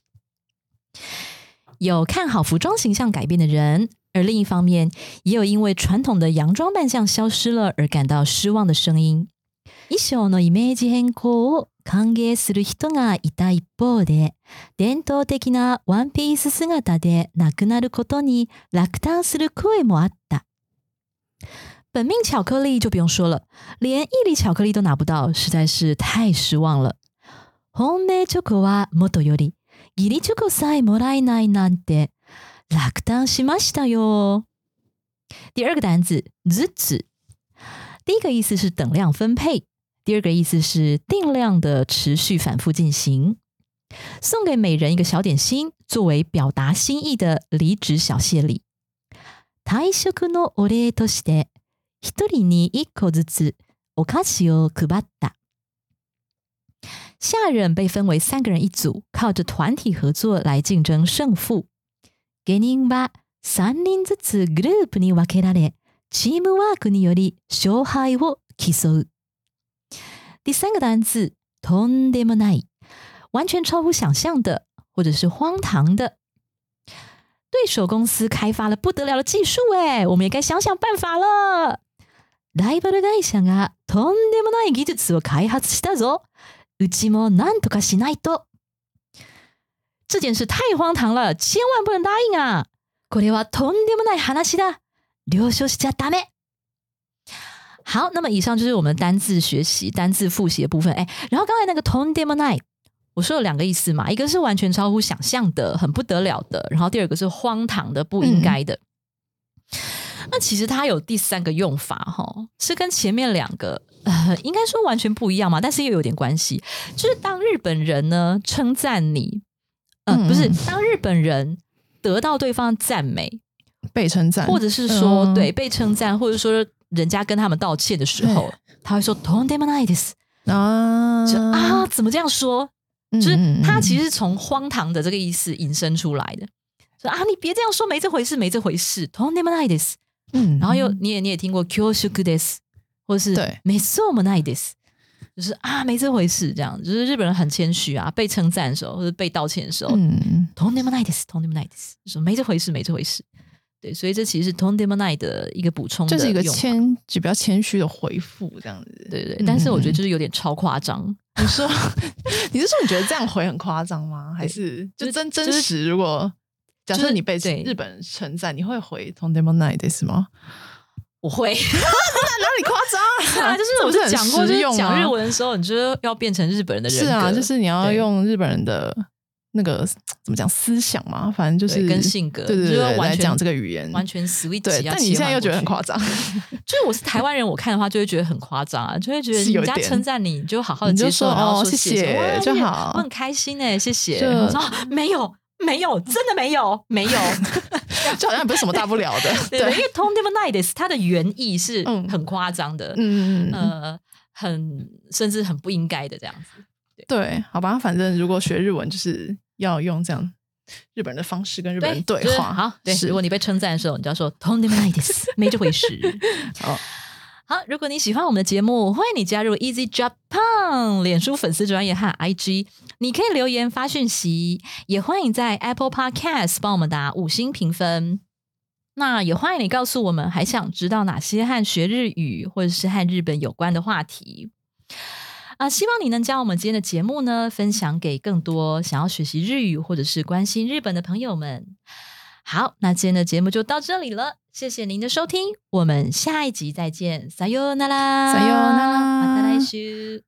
有看好服装形象改变的人，而另一方面也有因为传統的洋装扮相消失了而感到失望的声音。衣装のイメージ変更を歓迎する人がいた一方で、伝統的なワンピース姿でなくなることに落胆する声もあった。本命巧克力就不用说了，连一粒巧克力都拿不到，实在是太失望了。本命チョコは元より義理チョコさえもらえないなんて落胆しましたよ。 第二个单字ずつ，第一个意思是等量分配，第二个意思是定量的持续反复进行。送给每人一个小点心，作为表达心意的离职小谢礼。退職のお礼として一人に一個ずつお菓子を配った。下人被分为3个人一组，靠着团体合作来竞争胜负。芸人は3人ずつグループに分けられ、チームワークにより勝敗を競う。第3个单字とんでもない，完全超乎想象的，或者是荒唐的。对手公司开发了不得了的技术耶，我们也该想想办法了。ライバル会社がとんでもない技術を開発したぞ。うちもなんとかしないと。这件事太荒唐了，千万不能答应啊！これはとんでもない話だ。了承しちゃダメ。好，那么以上就是我们单字学习、单字复习的部分。然后刚才那个とんでもない，我说有2个意思嘛，一个是完全超乎想象的，很不得了的，然后第二个是荒唐的，不应该的。那其实它有第3个用法是跟前面2个应该说完全不一样嘛，但是又有点关系。就是当日本人呢称赞你，不是当日本人得到对方赞美、 被称赞， 或者是说对被称赞，或者说人家跟他们道歉的时候，他会说とんでもないです啊，怎么这样说？就是他其实是从荒唐的这个意思引申出来的，说啊，你别这样说，没这回事，没这回事，とんでもないです。然后你也听过恐縮です，或者是没そうもないです，就是啊，没这回事，这样就是日本人很谦虚啊，被称赞的时候或者被道歉的时候，とんでもないです，とんでもないです，就说没这回事，没这回事。对，所以这其实是とんでもない的一个补充的用法， 就是一个比较谦虚的回复这样子。 对对，但是我觉得就是有点超夸张。 你是说你觉得这样回很夸张吗？还是就真实？如果假设你被日本人称赞，你会回とんでもないです吗？ 我会。 哪里夸张啊？ 就是我是讲过，就是讲日文的时候，你就要变成日本人的人格。是啊，就是你要用日本人的那个怎么讲思想嘛，反正就是跟性格， 对来讲这个语言， 完全 switch。 对，但你现在又觉得很夸张。 就是我是台湾人，我看的话就会觉得很夸张啊，就会觉得人家称赞你就好好的接受，然后说谢谢就好，我很开心谢谢。我说没有，真的没有， 就好像不是什么大不了的。 对，因为とんでもないです它的原意是很夸张的，甚至很不应该的这样子。 对，好吧，反正如果学日文就是要用这样日本人的方式跟日本人对话。 好，对，如果你被称赞的时候，你就要说とんでもないです，没这回事。好，如果你喜欢我们的节目，欢迎你加入 Easy Japan 脸书粉丝专页和 IG， 你可以留言发讯息，也欢迎在 Apple Podcast 帮我们打5星评分。那也欢迎你告诉我们还想知道哪些和学日语或者是和日本有关的话题希望你能将我们今天的节目呢分享给更多想要学习日语或者是关心日本的朋友们。好，那今天的节目就到这里了，谢谢您的收听，我们下一集再见，さようなら， さようなら， また来週。